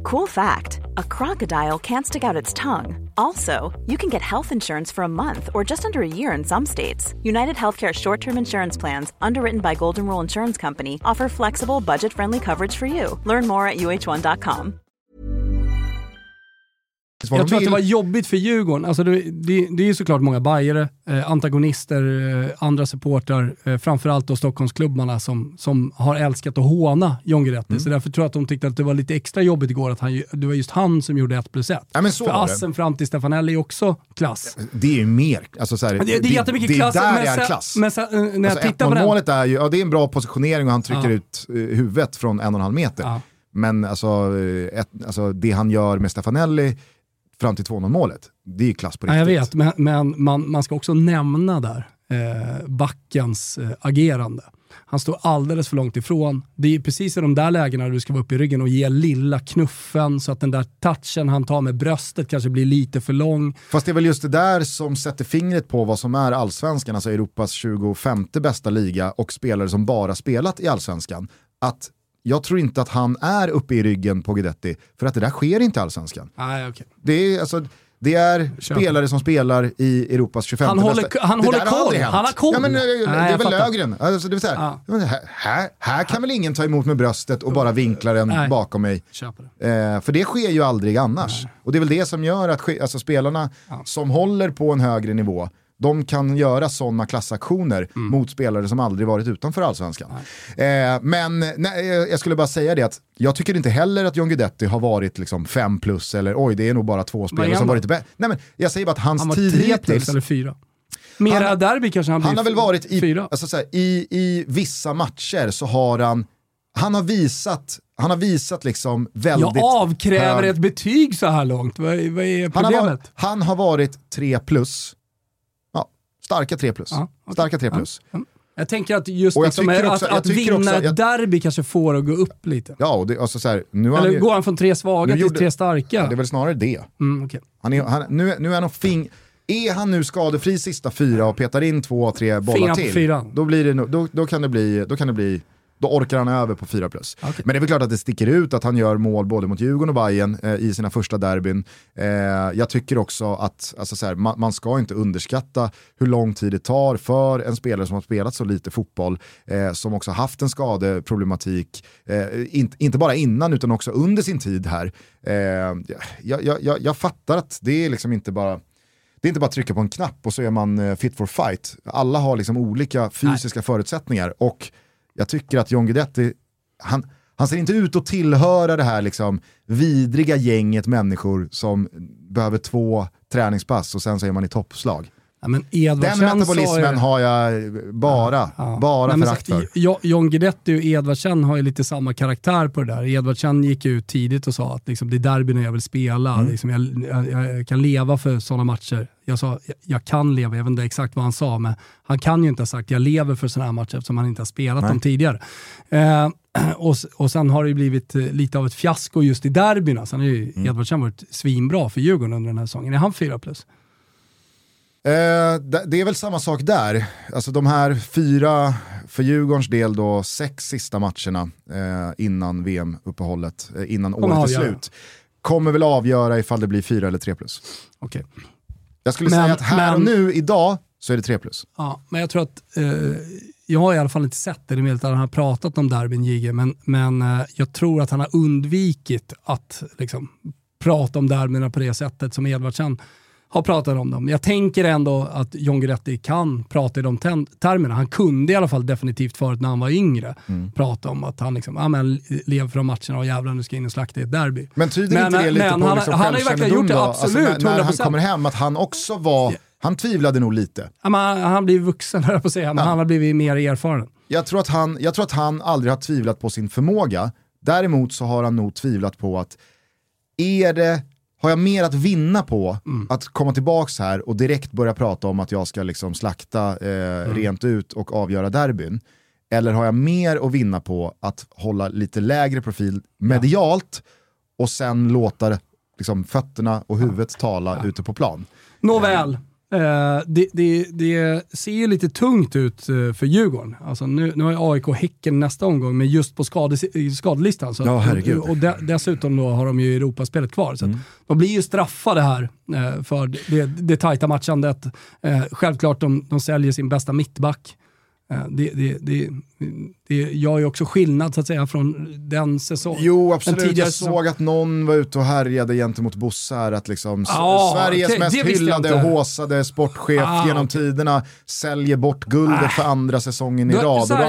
Cool fact, a crocodile can't stick out its tongue. Also, you can get health insurance for a month or just under a year in some states. United Healthcare short-term insurance plans, underwritten by Golden Rule Insurance Company, offer flexible, budget-friendly coverage for you. Learn more at uh1.com. Jag tror att det var jobbigt för Djurgården. Alltså det är ju såklart många bajare, antagonister, andra supportrar, framförallt då Stockholmsklubbarna som har älskat att håna John Guidetti. Så därför tror jag att de tyckte att det var lite extra jobbigt igår att det var just han som gjorde 1+1. Ja, men så för assen fram till Stefanelli är också klass. Det är ju mer, alltså så här, det är jättemycket klass. Det är klass. Men när jag tittar på den... Målet är ju, det är en bra positionering och han trycker ut huvudet från 1,5 meter. Ja. Men alltså det han gör med Stefanelli fram till 2-0 målet, det är ju klass på riktigt. Ja, jag vet, men man ska också nämna där backens agerande. Han står alldeles för långt ifrån. Det är precis i de där lägena du ska vara uppe i ryggen och ge lilla knuffen så att den där touchen han tar med bröstet kanske blir lite för lång. Fast det är väl just det där som sätter fingret på vad som är allsvenskan, alltså Europas 25:e bästa liga och spelare som bara spelat i allsvenskan. Att jag tror inte att han är uppe i ryggen på Guidetti, för att det där sker inte i allsvenskan. Nej, okay. Det är spelare som spelar i Europas 25. Han håller koll. Han har koll. Ja, men det är väl Lögren. Alltså, det vill säga, här kan väl ingen ta emot med bröstet och bara vinkla den bakom mig. För det sker ju aldrig annars. Nej. Och det är väl det som gör att alltså, spelarna som håller på en högre nivå, de kan göra sådana klassaktioner mot spelare som aldrig varit utanför allsvenskan. Men jag skulle bara säga det att jag tycker inte heller att John Guidetti har varit liksom 5+ eller det är nog bara 2 spelare som varit bättre. Nej, men jag säger bara att hans tid hittills... eller 4. Mera derby kanske han har väl varit i 4. Alltså, så här, i vissa matcher så har han har visat liksom väldigt... Jag avkräver ett betyg så här långt. Vad är problemet? Han har varit 3+. Starka 3+. Okay. Starka 3+. Ja. Jag tänker att just liksom att vinna ett derby kanske får att gå upp lite. Ja, och det, alltså så här, eller går han från 3 svaga till 3 starka? Ja, det är väl snarare det. Okay. Nu är han är han nu skadefri sista 4 och petar in 2-3 bollar till, då kan det bli då orkar han över på 4+. Okay. Men det är väl klart att det sticker ut att han gör mål både mot Djurgården och Bayern i sina första derbyn. Jag tycker också att alltså så här, man ska inte underskatta hur lång tid det tar för en spelare som har spelat så lite fotboll, som också haft en skadeproblematik, inte bara innan utan också under sin tid här. Jag fattar att det är liksom inte bara... Det är inte bara att trycka på en knapp och så är man fit for fight. Alla har liksom olika fysiska förutsättningar och jag tycker att John Guidetti, han ser inte ut att tillhöra det här liksom vidriga gänget människor som behöver 2 träningspass och sen så är man i toppslag. Ja, men den metabolismen har jag bara förakt för. John Guidetti och Edvardsen har ju lite samma karaktär på det där. Edvardsen gick ut tidigt och sa att liksom, det är derbyn jag vill spela. Liksom, jag kan leva för sådana matcher. Jag sa, jag kan leva, jag vet inte exakt vad han sa, men han kan ju inte ha sagt jag lever för sådana här matcher eftersom han inte har spelat dem tidigare. Och sen har det ju blivit lite av ett fiasko just i derbyna. Sen har ju Edvardsen varit svinbra för Djurgården under den här säsongen. Är han 4+? Det är väl samma sak där. Alltså de här 4 för Djurgårdens del då 6 sista matcherna innan VM-uppehållet, innan året är slut, kommer väl avgöra ifall det blir 4 eller 3+. Okay. Jag skulle säga att här och nu idag så är det 3+. Ja, men jag tror att jag har i alla fall inte sett det. Det är möjligt att han har pratat om derbyn Jigge, men jag tror att han har undvikit att liksom prata om derbyna på det sättet som Edvardsen har pratat om dem. Jag tänker ändå att John Guidetti kan prata i de termerna. Han kunde i alla fall definitivt förut när han var yngre prata om att han liksom, lever för de matcherna och jävlar nu ska in och slakta ett derby. Men tyder inte det lite på liksom han har ju verkligen gjort det, absolut. Alltså, när han kommer hem att han också var, han tvivlade nog lite. Han blir vuxen, höll jag på att säga, men han har blivit mer erfaren. Jag tror att han aldrig har tvivlat på sin förmåga. Däremot så har han nog tvivlat på att har jag mer att vinna på att komma tillbaks här och direkt börja prata om att jag ska liksom slakta rent ut och avgöra derbyn? Eller har jag mer att vinna på att hålla lite lägre profil medialt och sen låta liksom fötterna och huvudet tala ute på plan? Nåväl. Det ser ju lite tungt ut för Djurgården. Alltså nu har AIK Häcken nästa omgång, men just på skadelistan. Så, och dessutom då har de ju Europaspelet kvar. Så de blir ju straffade här för det tajta matchandet. Självklart de säljer sin bästa mittback. Det gör ju också skillnad så att säga från den säsongen. Jo, absolut. Jag såg att någon var ute och härjade gentemot Bosse här, att liksom Sveriges mest hyllade och håsade sportchef genom tiderna säljer bort guldet för andra säsongen i rad. Det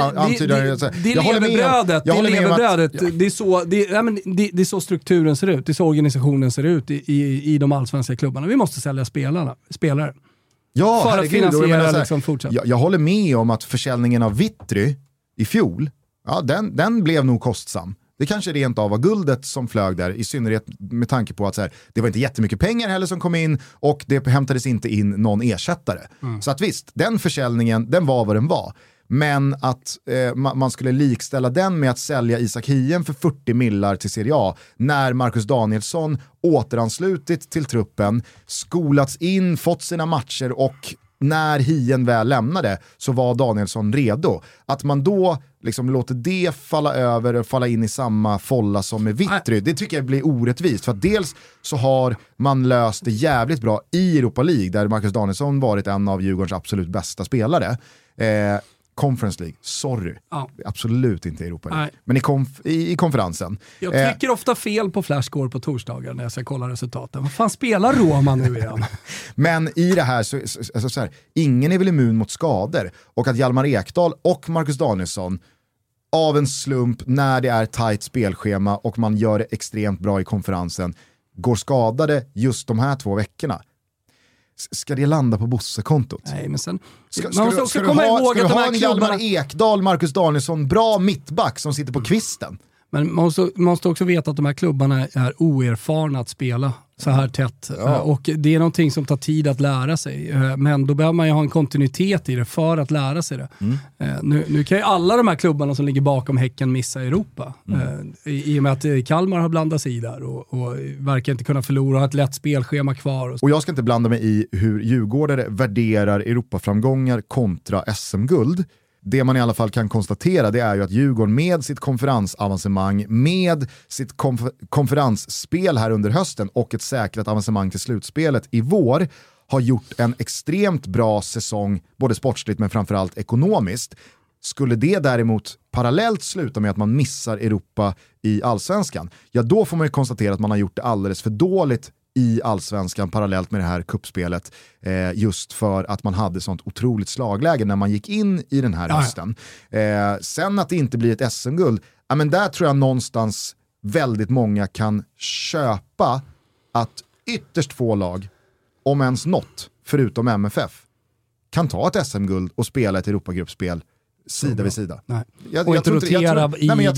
är så strukturen ser ut, det är så organisationen ser ut i de allsvenska klubbarna. Vi måste sälja spelare. Ja, för att finansiera liksom fortsatt. Jag håller med om att försäljningen av Vittry i fjol, den blev nog kostsam. Det kanske rent av var guldet som flög där, i synnerhet med tanke på att så här, det var inte jättemycket pengar heller som kom in och det hämtades inte in någon ersättare. Så att visst, den försäljningen, den var vad den var. Men att man skulle likställa den med att sälja Isak Hien för 40 millar till Serie A när Marcus Danielsson återanslutit till truppen, skolats in, fått sina matcher och när Hien väl lämnade så var Danielsson redo. Att man då liksom låter det falla in i samma folla som med Vittry, det tycker jag blir orättvist. För att dels så har man löst det jävligt bra i Europa League där Marcus Danielsson varit en av Djurgårdens absolut bästa spelare. Conference League, sorry. Absolut inte Europa League. Men i konferensen. Jag trycker ofta fel på flashscore på torsdagar när jag ska kolla resultaten. Vad fan spelar Roma nu igen? Men i det här så här, ingen är väl immun mot skador. Och att Hjalmar Ekdal och Marcus Danielsson av en slump när det är tajt spelschema och man gör det extremt bra i konferensen går skadade just de här 2 veckorna. Ska det landa på Bosse-kontot? Nej, men sen... Ska du ha en Hjalmar Ekdal, Marcus Danielsson, bra mittback som sitter på kvisten? Men man måste också veta att de här klubbarna är oerfarna att spela så här tätt. Och det är någonting som tar tid att lära sig. Men då behöver man ju ha en kontinuitet i det för att lära sig det. Nu kan ju alla de här klubbarna som ligger bakom Häcken missa Europa. I och med att Kalmar har blandat sig i där och verkar inte kunna förlora, ha ett lätt spelschema kvar. Och jag ska inte blanda mig i hur Djurgårdare värderar Europaframgångar kontra SM-guld. Det man i alla fall kan konstatera, det är ju att Djurgården med sitt konferensavancemang, med sitt konferensspel här under hösten och ett säkrat avancemang till slutspelet i vår har gjort en extremt bra säsong, både sportsligt men framförallt ekonomiskt. Skulle det däremot parallellt sluta med att man missar Europa i allsvenskan, ja då får man ju konstatera att man har gjort det alldeles för dåligt i allsvenskan parallellt med det här kuppspelet, just för att man hade sånt otroligt slagläge när man gick in i den här hösten. Sen att det inte blir ett SM-guld, men där tror jag någonstans väldigt många kan köpa att ytterst få lag, om ens något, förutom MFF, kan ta ett SM-guld och spela ett Europagruppspel sida vid sida. Och inte rotera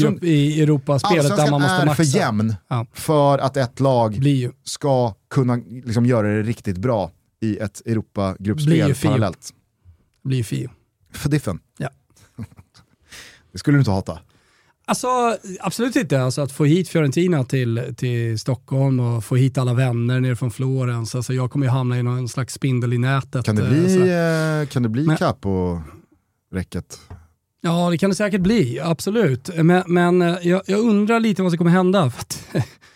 i Europaspelet där man måste maxa. För jämn för att ett lag ska kunna liksom göra det riktigt bra i ett Europagruppspel parallellt. Blir fio. För diffen. Ja. Det skulle du inte hata. Alltså, absolut inte. Alltså, att få hit Fiorentina till Stockholm och få hit alla vänner ner från Florens. Alltså, jag kommer ju hamna i någon slags spindel i nätet. Kan det bli kapp och räcket? Ja, det kan det säkert bli, absolut. Men jag undrar lite vad som kommer hända. För att,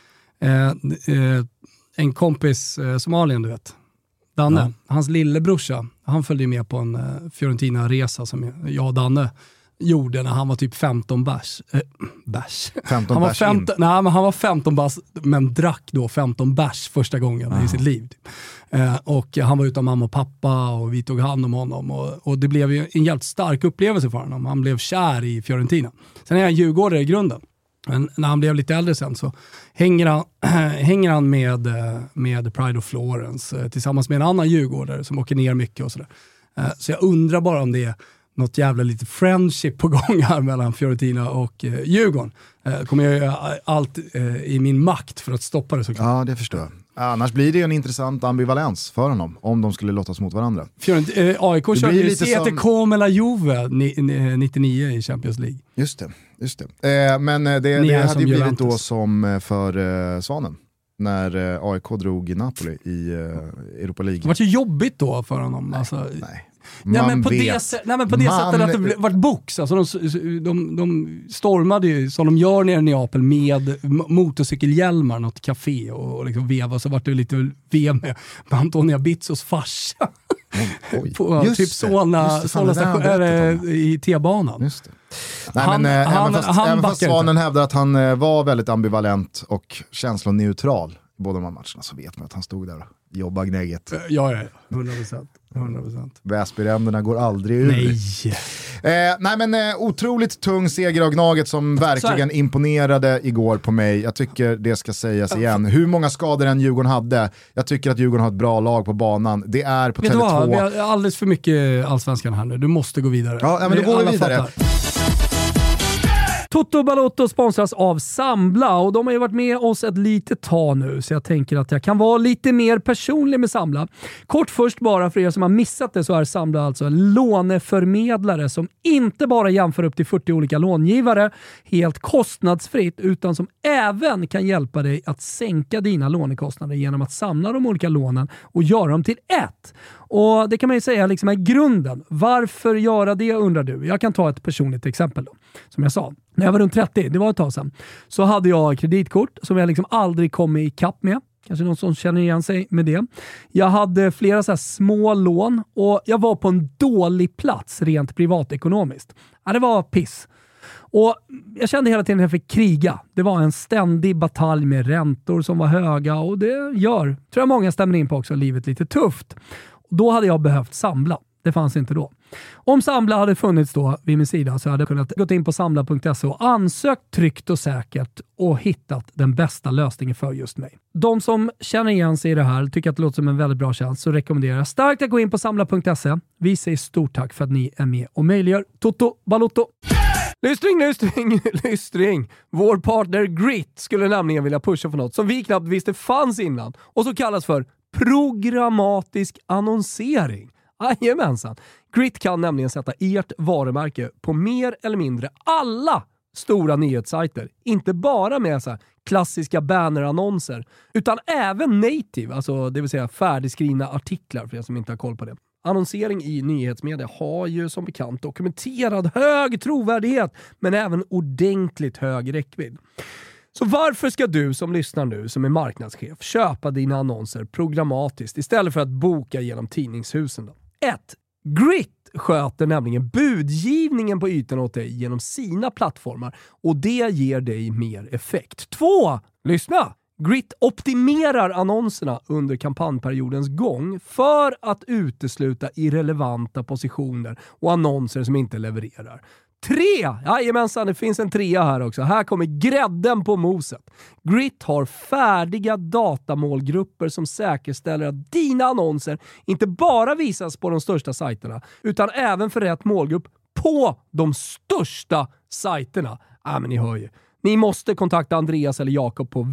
en kompis, Somalien, du vet, Danne, hans lillebrorsa, han följde med på en Fiorentina-resa som jag och Danne gjorde när han var typ 15 bärs. 15 bärs in? Nej, men han var 15 bärs, men drack då 15 bärs första gången i sitt liv. Och han var utan mamma och pappa och vi tog hand om honom. Och det blev ju en jävligt stark upplevelse för honom. Han blev kär i Fiorentina. Sen är han djurgårdare i grunden. Men när han blev lite äldre sen så hänger han med Pride of Florence tillsammans med en annan djurgårdare som åker ner mycket och sådär. Så jag undrar bara om det är något jävla lite friendship på gång här mellan Fiorentina och Djurgården. Kommer jag göra allt i min makt för att stoppa det såklart. Ja, det förstår jag. Annars blir det ju en intressant ambivalens för honom om de skulle lottas mot varandra. AIK körde ju CT Como la Juve 99 i Champions League. Just det. Men det hade ju blivit då som för Svanen när AIK drog i Napoli i Europa League. Det var ju jobbigt då för honom. Nej, alltså. nej. Nej men på det sättet att det var box. Alltså de stormade ju som de gör nere i Neapel med motorcykelhjälmar, något café och liksom veva, så vart det lite vev med Antonia Bizzos farsa. På typ Solna i T-banan. Just det. Nej, även fast Svanen hävdar att han var väldigt ambivalent och känsloneutral i båda de här matcherna, så vet man att han stod där och jobbade gnägget. Ja, 100%. Väsbyränderna går aldrig ur. Nej. Men otroligt tung seger av Gnaget som verkligen imponerade igår på mig. Jag tycker det ska sägas igen. Hur många skador än Djurgården hade, jag tycker att Djurgården har ett bra lag på banan. Det är på Tele2. Vi har alldeles för mycket allsvenskan här nu. Du måste gå vidare. Ja, men då går vi vidare. Fattar. Toto Balotto sponsras av Sambla och de har ju varit med oss ett litet tag nu, så jag tänker att jag kan vara lite mer personlig med Sambla. Kort först bara för er som har missat det, så är Sambla alltså en låneförmedlare som inte bara jämför upp till 40 olika långivare helt kostnadsfritt, utan som även kan hjälpa dig att sänka dina lånekostnader genom att samla de olika lånen och göra dem till ett. Och det kan man ju säga liksom är grunden. Varför göra det, undrar du? Jag kan ta ett personligt exempel då. Som jag sa, när jag var runt 30, det var ett tag sedan, så hade jag kreditkort som jag liksom aldrig kom i kapp med. Kanske någon som känner igen sig med det. Jag hade flera så här små lån och jag var på en dålig plats rent privatekonomiskt. Ja, det var piss. Och jag kände hela tiden att jag fick kriga. Det var en ständig batalj med räntor som var höga, och det tror jag många stämmer in på också, livet lite tufft. Då hade jag behövt Sambla. Det fanns inte då. Om Sambla hade funnits då vid min sida, så hade jag kunnat gå in på sambla.se och ansökt tryggt och säkert och hittat den bästa lösningen för just mig. De som känner igen sig i det här, tycker att det låter som en väldigt bra chans, så rekommenderar jag starkt att gå in på sambla.se. Vi säger stort tack för att ni är med och möjliggör Toto Balotto. Lystring. Vår partner Grit skulle nämligen vilja pusha för något som vi knappt visste fanns innan, och så kallas för programmatisk annonsering. Jajamensan. Grit kan nämligen sätta ert varumärke på mer eller mindre alla stora nyhetssajter. Inte bara med så här klassiska bannerannonser, utan även native, alltså det vill säga färdigskrivna artiklar för er som inte har koll på det. Annonsering i nyhetsmedia har ju som bekant dokumenterad hög trovärdighet, men även ordentligt hög räckvidd. Så varför ska du som lyssnar nu, som är marknadschef, köpa dina annonser programmatiskt istället för att boka genom tidningshusen då? 1. Grit sköter nämligen budgivningen på ytorna åt dig genom sina plattformar, och det ger dig mer effekt. 2. Lyssna! Grit optimerar annonserna under kampanjperiodens gång för att utesluta irrelevanta positioner och annonser som inte levererar. 3! Jajamensan, det finns en 3 här också. Här kommer grädden på moset. Grit har färdiga datamålgrupper som säkerställer att dina annonser inte bara visas på de största sajterna, utan även för rätt målgrupp på de största sajterna. Men ni hör ju. Ni måste kontakta Andreas eller Jakob på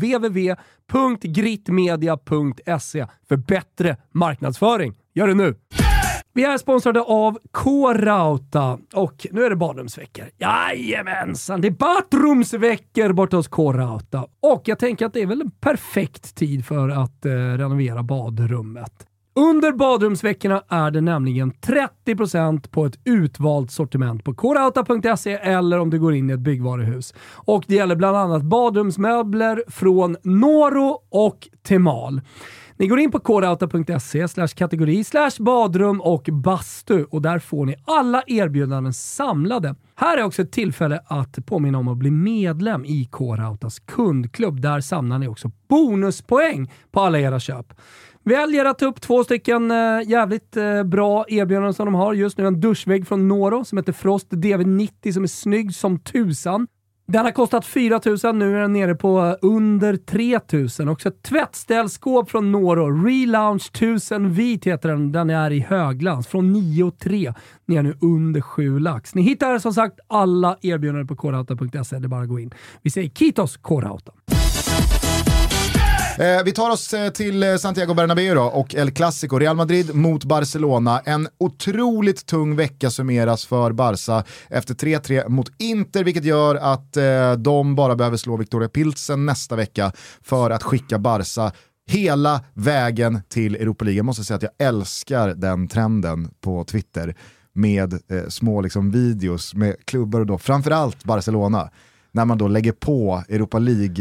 www.gritmedia.se för bättre marknadsföring. Gör det nu! Vi är sponsrade av K-Rauta och nu är det badrumsveckor. Jajamensan, det är badrumsveckor borta hos K-Rauta. Och jag tänker att det är väl en perfekt tid för att renovera badrummet. Under badrumsveckorna är det nämligen 30% på ett utvalt sortiment på krauta.se eller om du går in i ett byggvaruhus. Och det gäller bland annat badrumsmöbler från Noro och Temal. Ni går in på krauta.se/kategori/badrum och bastu och där får ni alla erbjudanden samlade. Här är också ett tillfälle att påminna om att bli medlem i K-Rautas kundklubb. Där samlar ni också bonuspoäng på alla era köp. Väljer att ta upp 2 stycken jävligt bra erbjudanden som de har just nu. En duschvägg från Noro som heter Frost DV90 som är snygg som tusan. Den har kostat 4 000, nu är den nere på under 3 000. Också ett tvättställskåp från Noro, Relaunch 1000 vit heter den. Den är i högglans från 9,3 ner nu under 7 lax. Ni hittar som sagt alla erbjudanden på krauta.se, det är bara att gå in. Vi säger Kitos K-Rauta. Vi tar oss till Santiago Bernabéu då, och El Clasico. Real Madrid mot Barcelona. En otroligt tung vecka summeras för Barca efter 3-3 mot Inter, vilket gör att de bara behöver slå Victoria Pilsen nästa vecka för att skicka Barca hela vägen till Europa League. Jag måste säga att jag älskar den trenden på Twitter med små liksom videos med klubbar och då framförallt Barcelona. När man då lägger på Europa League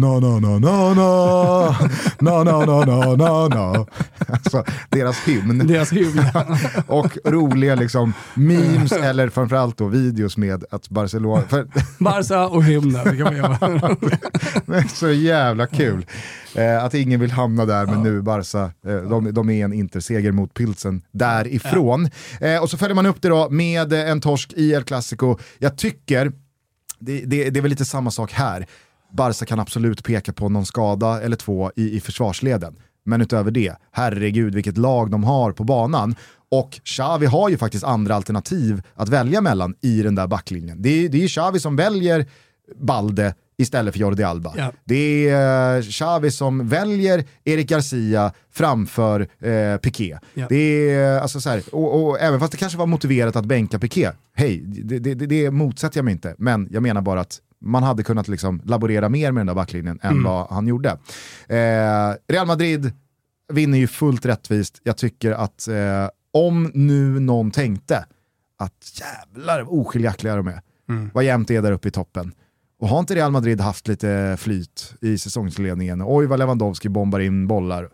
alltså deras hymn. Och roliga liksom memes eller framförallt då videos med att Barcelona Barca och hymnen, det kan man göra. Det är så jävla kul att ingen vill hamna där, men nu Barca, de är en interseger mot Pilsen därifrån. Och så följer man upp det då med en torsk i El Clasico. Jag tycker det är väl lite samma sak här. Barca kan absolut peka på någon skada eller två i försvarsleden. Men utöver det, herregud vilket lag de har på banan. Och Xavi har ju faktiskt andra alternativ att välja mellan i den där backlinjen. Det är ju Xavi som väljer Balde istället för Jordi Alba. Ja. Det är Xavi som väljer Eric Garcia framför Piqué. Ja. Det är alltså så här, och även fast det kanske var motiverat att bänka Piqué, hej, det motsätter jag mig inte, men jag menar bara att man hade kunnat liksom laborera mer med den där backlinjen än vad han gjorde. Real Madrid vinner ju fullt rättvist. Jag tycker att om nu någon tänkte att jävlar oskiljaktiga de är, vad jämnt är där uppe i toppen. Och har inte Real Madrid haft lite flyt i säsongsledningen? Oj, vad Lewandowski bombar in bollar.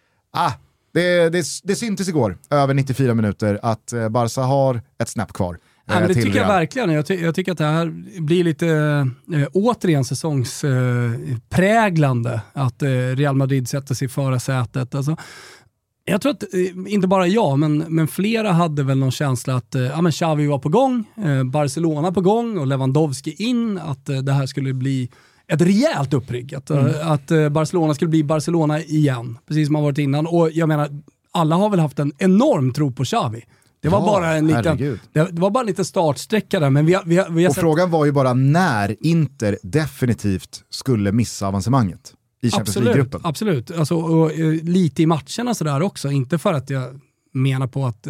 Det syntes igår, över 94 minuter, att Barca har ett snäpp kvar. Ja, men det tycker jag verkligen. Jag tycker att det här blir lite återigen säsongspräglande. Att Real Madrid sätter sig i förarsätet. Alltså, jag tror att inte bara jag, men flera hade väl någon känsla att Xavi var på gång, Barcelona på gång och Lewandowski in, att det här skulle bli ett rejält upprygg, att Barcelona skulle bli Barcelona igen, precis som har varit innan. Och jag menar, alla har väl haft en enorm tro på Xavi. Det var bara en liten, det var bara lite startsträcka där, men vi har och frågan var ju bara när Inter definitivt skulle missa avancemanget i Champions League-gruppen. Absolut. Alltså, och lite i matcherna så där också. Inte för att jag menar på att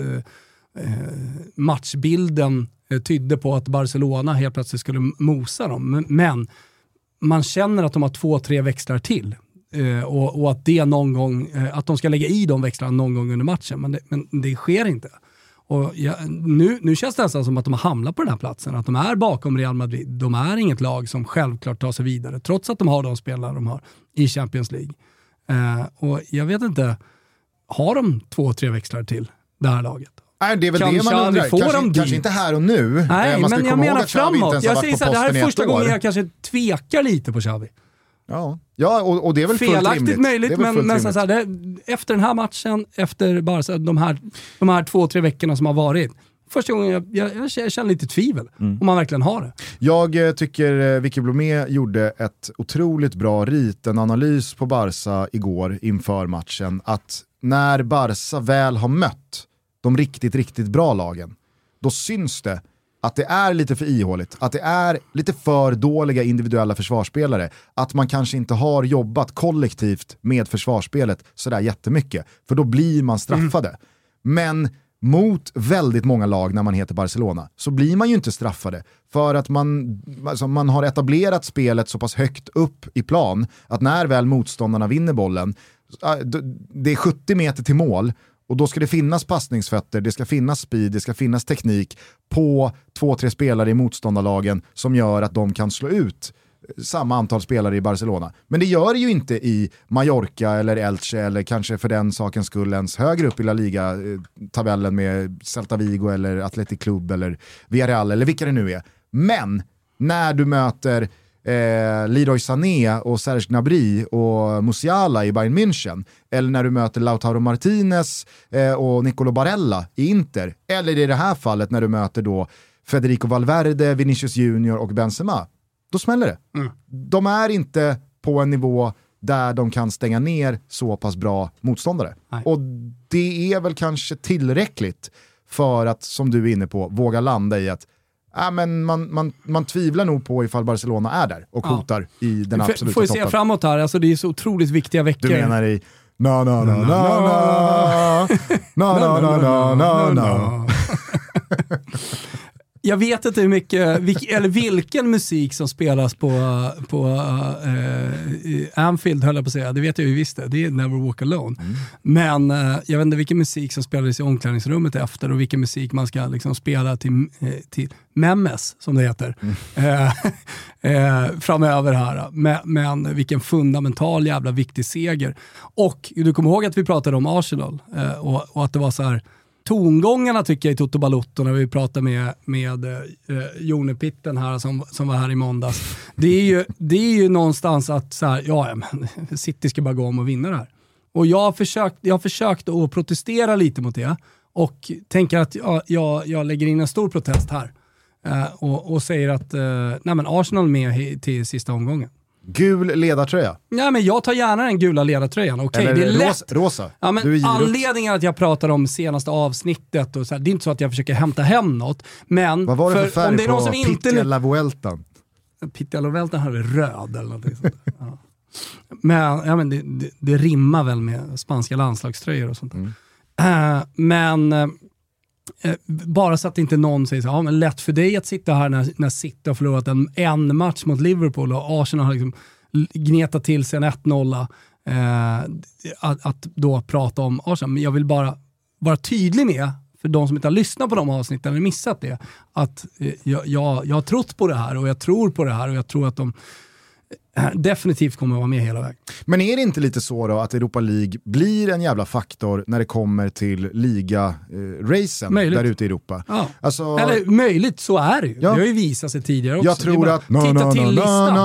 matchbilden tydde på att Barcelona helt plötsligt skulle mosa dem. Men man känner att de har 2-3 växlar till. Och att det någon gång, att de ska lägga i de växlarna någon gång under matchen. Men det sker inte. Och nu känns det nästan som att de har hamnat på den här platsen. Att de är bakom Real Madrid. De är inget lag som självklart tar sig vidare. Trots att de har de spelare de har i Champions League. Och jag vet inte, har de 2-3 växlar till det här laget? Nej, det är väl det man undrar. Kanske inte här och nu. Nej, men jag menar framåt. Jag säger så här, det här är första gången jag kanske tvekar lite på Xavi. Ja, och det är väl felaktigt möjligt, men så här, efter den här matchen, efter bara så de här 2-3 veckorna som har varit, första gången jag känner lite tvivel om man verkligen har det. Jag tycker Vicky Blomé gjorde ett otroligt bra en analys på Barca igår inför matchen, att när Barca väl har mött de riktigt, riktigt bra lagen, då syns det att det är lite för ihåligt, att det är lite för dåliga individuella försvarsspelare, att man kanske inte har jobbat kollektivt med försvarsspelet sådär jättemycket, för då blir man straffade. Men mot väldigt många lag när man heter Barcelona så blir man ju inte straffade, för att man har etablerat spelet så pass högt upp i plan att när väl motståndarna vinner bollen, det är 70 meter till mål. Och då ska det finnas passningsfötter, det ska finnas speed, det ska finnas teknik på 2-3 spelare i motståndarlagen som gör att de kan slå ut samma antal spelare i Barcelona. Men det gör det ju inte i Mallorca eller Elche, eller kanske för den sakens skull ens högre upp i La Liga-tabellen med Celta Vigo eller Athletic Club eller Villarreal eller vilka det nu är. Men när du möter Leroy Sané och Serge Gnabry och Musiala i Bayern München, eller när du möter Lautaro Martinez och Nicolo Barella i Inter, eller i det här fallet när du möter då Federico Valverde, Vinicius Junior och Benzema, då smäller det. De är inte på en nivå där de kan stänga ner så pass bra motståndare. Nej. Och det är väl kanske tillräckligt för att, som du är inne på, våga landa i att men man tvivlar nog på ifall Barcelona är där och hotar i den absoluta får toppen. Se framåt här, alltså det är så otroligt viktiga veckor. Du menar i Jag vet inte hur mycket, eller vilken musik som spelas på Anfield, höll jag på att säga. Det vet jag ju visst det är Never Walk Alone. Men jag vet inte vilken musik som spelades i omklädningsrummet efter och vilken musik man ska liksom spela till memes, som det heter, framöver här. Men vilken fundamental jävla viktig seger. Och du kommer ihåg att vi pratade om Arsenal och att det var så här. Tongångarna tycker jag i Toto Balotto när vi pratar med Jone Pitten här som var här i måndags. Det är ju någonstans att så här, City ska bara gå om och vinna det här. Och jag har försökt att protestera lite mot det och tänker att jag lägger in en stor protest här och säger att Arsenal med till sista omgången. Gul ledartröja. Ja, men jag tar gärna den gula ledartröjan. Okej, det är lätt. Rosa. Ja, men anledningen att jag pratar om senaste avsnittet och så här, det är inte så att jag försöker hämta hem något, men vad var det för färg om det är någon som Pittia La Vueltan? Pittia La Vueltan hade röd eller någonting sånt. Ja. Men det rimmar väl med spanska landslagströjor och sånt. Men bara så att inte någon säger så men lätt för dig att sitta här när City har förlorat en match mot Liverpool och Arsenal har liksom gnetat till sig en 1-0 att då prata om Arsenal. Men jag vill bara vara tydlig med, för de som inte har lyssnat på de avsnitten eller missat det, att jag har trott på det här och jag tror på det här och jag tror att de definitivt kommer att vara med hela vägen. Men är det inte lite så då att Europa League blir en jävla faktor när det kommer till liga-racen där ute i Europa? Ja. Alltså, eller möjligt, så är det ju. Det har ju visat sig tidigare också. Jag tror att titta till listan.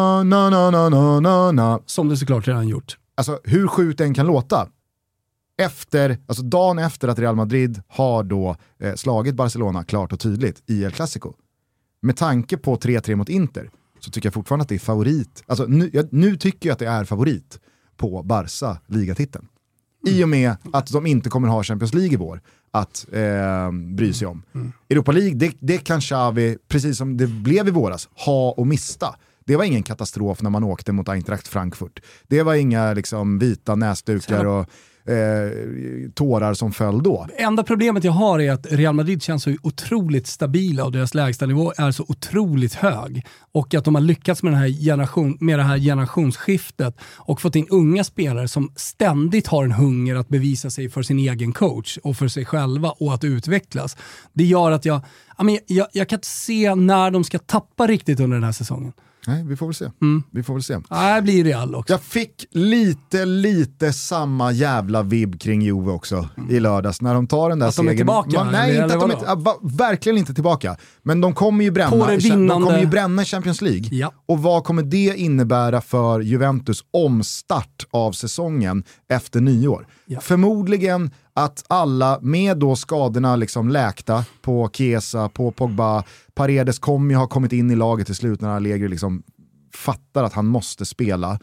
Som det såklart redan gjort. Alltså hur sjukt den kan låta. Dagen efter att Real Madrid har då slagit Barcelona klart och tydligt i El Clasico. Med tanke på 3-3 mot Inter så tycker jag fortfarande att det är favorit. Alltså nu tycker jag att det är favorit på Barca ligatiteln. I och med att de inte kommer ha Champions League i vår att bry sig om. Europa League, det kan Xavi, precis som det blev i våras, ha och mista. Det var ingen katastrof när man åkte mot Eintracht Frankfurt. Det var inga liksom vita näsdukar och tårar som föll då. Enda problemet jag har är att Real Madrid känns så otroligt stabila och deras lägsta nivå är så otroligt hög. Och att de har lyckats med det här generationsskiftet och fått in unga spelare som ständigt har en hunger att bevisa sig för sin egen coach och för sig själva och att utvecklas. Det gör att jag kan inte se när de ska tappa riktigt under den här säsongen. Nej, vi får väl se. Vi får väl se. Nej, blir Real också. Jag fick lite samma jävla vibb kring Juve också i lördags när de tar den där att de är tillbaka? Nej, inte att de är verkligen inte tillbaka. Men de kommer ju bränna Champions League. Ja. Och vad kommer det innebära för Juventus omstart av säsongen efter nyår? Ja. Förmodligen att alla med då skadorna liksom läkta på Chiesa, på Pogba, Paredes kommer ju ha kommit in i laget till slut när Allegri liksom fattar att han måste spela.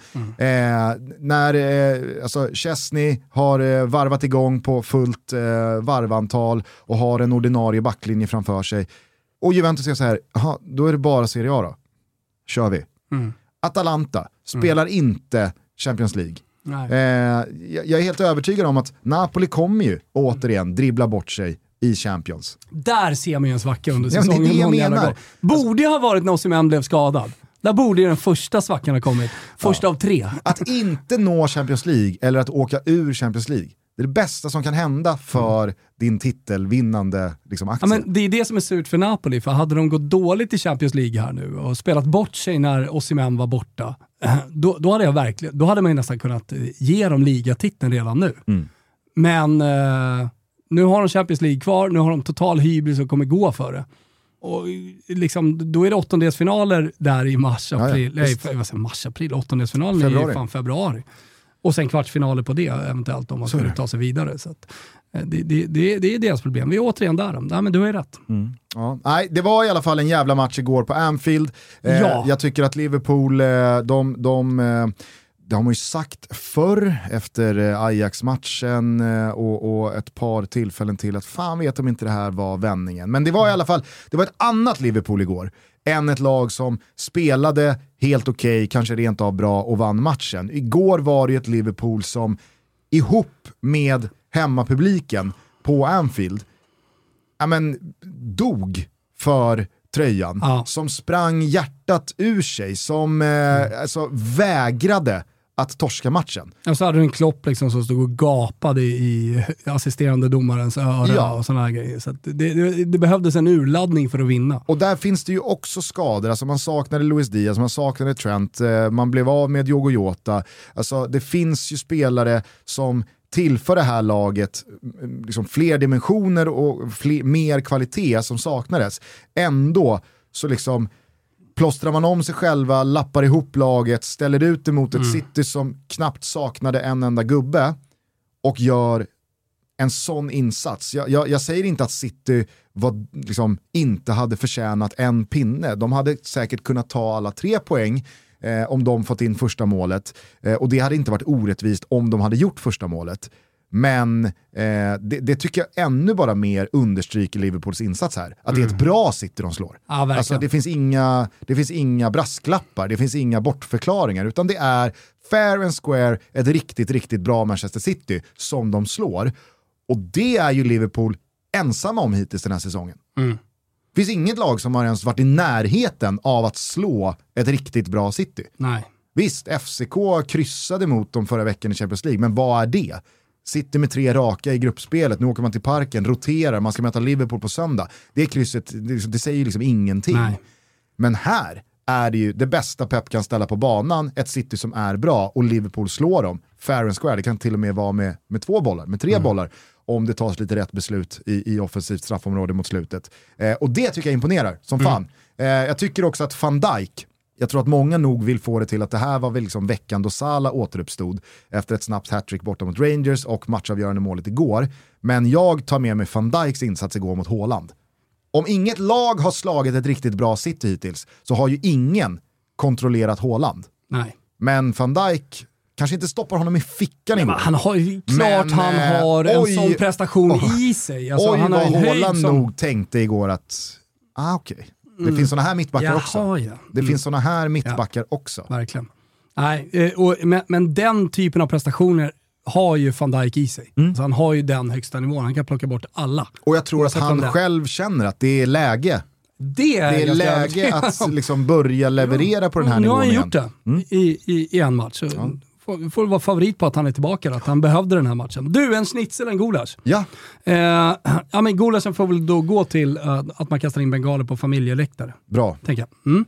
När Chesney har varvat igång på fullt varvantal och har en ordinarie backlinje framför sig och Juventus säger så här, då är det bara Serie A då. Kör vi. Atalanta spelar inte Champions League. Jag är helt övertygad om att Napoli kommer ju återigen dribbla bort sig i Champions. Där ser man ju en svacka under säsongen. Det är det jag menar. Borde ha varit någon som än blev skadad. Där borde ju den första svackan ha kommit. Första av 3. Att inte nå Champions League eller att åka ur Champions League, det är det bästa som kan hända för din titelvinnande liksom, aktie. Ja, men det är det som är surt för Napoli. För hade de gått dåligt i Champions League här nu och spelat bort sig när Osimhen var borta, då hade man ju nästan kunnat ge dem ligatiteln redan nu. Men nu har de Champions League kvar, nu har de total hybris som kommer gå för det. Och liksom, då är det åttondelsfinaler där i mars-april. Åttondelsfinalen är fan februari. Och sen kvartsfinaler på det eventuellt om man skulle ta sig vidare. Så att, det är deras problem. Vi är återigen där. Nej, men du har ju rätt. Ja. Nej, det var i alla fall en jävla match igår på Anfield. Jag tycker att Liverpool, det har man ju sagt förr efter Ajax-matchen och ett par tillfällen till att fan vet om inte det här var vändningen. Men det var i alla fall, det var ett annat Liverpool igår än ett lag som spelade helt okej, kanske rent av bra och vann matchen. Igår var det ett Liverpool som ihop med hemmapubliken på Anfield dog för tröjan, som sprang hjärtat ur sig, som alltså vägrade att torska matchen. Och så hade du en Klopp liksom som stod och gapade i assisterande domarens öra och såna här grejer. Så att det behövdes en urladdning för att vinna. Och där finns det ju också skador. Alltså man saknade Luis Diaz, man saknade Trent, man blev av med Diogo Jota. Alltså det finns ju spelare som tillför det här laget liksom fler dimensioner och mer kvalitet som saknades. Ändå så liksom plåstrar man om sig själva, lappar ihop laget, ställer ut det mot ett City som knappt saknade en enda gubbe och gör en sån insats. Jag säger inte att City liksom inte hade förtjänat en pinne. De hade säkert kunnat ta alla 3 poäng om de fått in första målet. Och det hade inte varit orättvist om de hade gjort första målet. Men det tycker jag ännu bara mer understryker Liverpools insats här. Att det är ett bra City de slår. Ja, alltså, det finns inga brasklappar, det finns inga bortförklaringar, utan det är fair and square, ett riktigt, riktigt bra Manchester City som de slår. Och det är ju Liverpool ensamma om hittills den här säsongen. Det finns inget lag som har ens varit i närheten av att slå ett riktigt bra City. Nej. Visst, FCK kryssade mot dem förra veckan i Champions League, men vad är det? Sitter med 3 raka i gruppspelet, nu åker man till parken, roterar, man ska möta Liverpool på söndag. Det krysset, det säger ju liksom ingenting. Nej. Men här är det ju det bästa Pep kan ställa på banan, ett City som är bra, och Liverpool slår dem fair and square. Det kan till och med vara med 2 bollar, med 3 bollar, om det tas lite rätt beslut i offensivt straffområde mot slutet. Och det tycker jag imponerar som fan. Jag tycker också att Van Dijk, jag tror att många nog vill få det till att det här var väl liksom veckan då Salah återuppstod efter ett snabbt hattrick borta mot Rangers och matchavgörande målet igår. Men jag tar med mig Van Dijks insats igår mot Haaland. Om inget lag har slagit ett riktigt bra City hittills så har ju ingen kontrollerat Haaland. Nej. Men Van Dijk kanske inte stoppar honom i fickan igår. Han har ju klart han har en sån prestation i sig. Alltså, han har vad en Haaland som... nog tänkte igår att okej. Det finns såna här mittbackar också. Ja. Det finns såna här mittbackar också. Verkligen. Nej, men den typen av prestationer har ju Van Dijk i sig. Så han har ju den högsta nivån. Han kan plocka bort alla. Och jag tror att han själv känner att det är läge. Det är läge att liksom börja leverera på den här nivån. Nu har han gjort det i en match. Så får vara favorit på att han är tillbaka. Att han behövde den här matchen. Du, en schnitzel, en gulasch. Ja. Men gulaschen får väl då gå till att man kastar in bengaler på familjeläktare. Bra. Tänker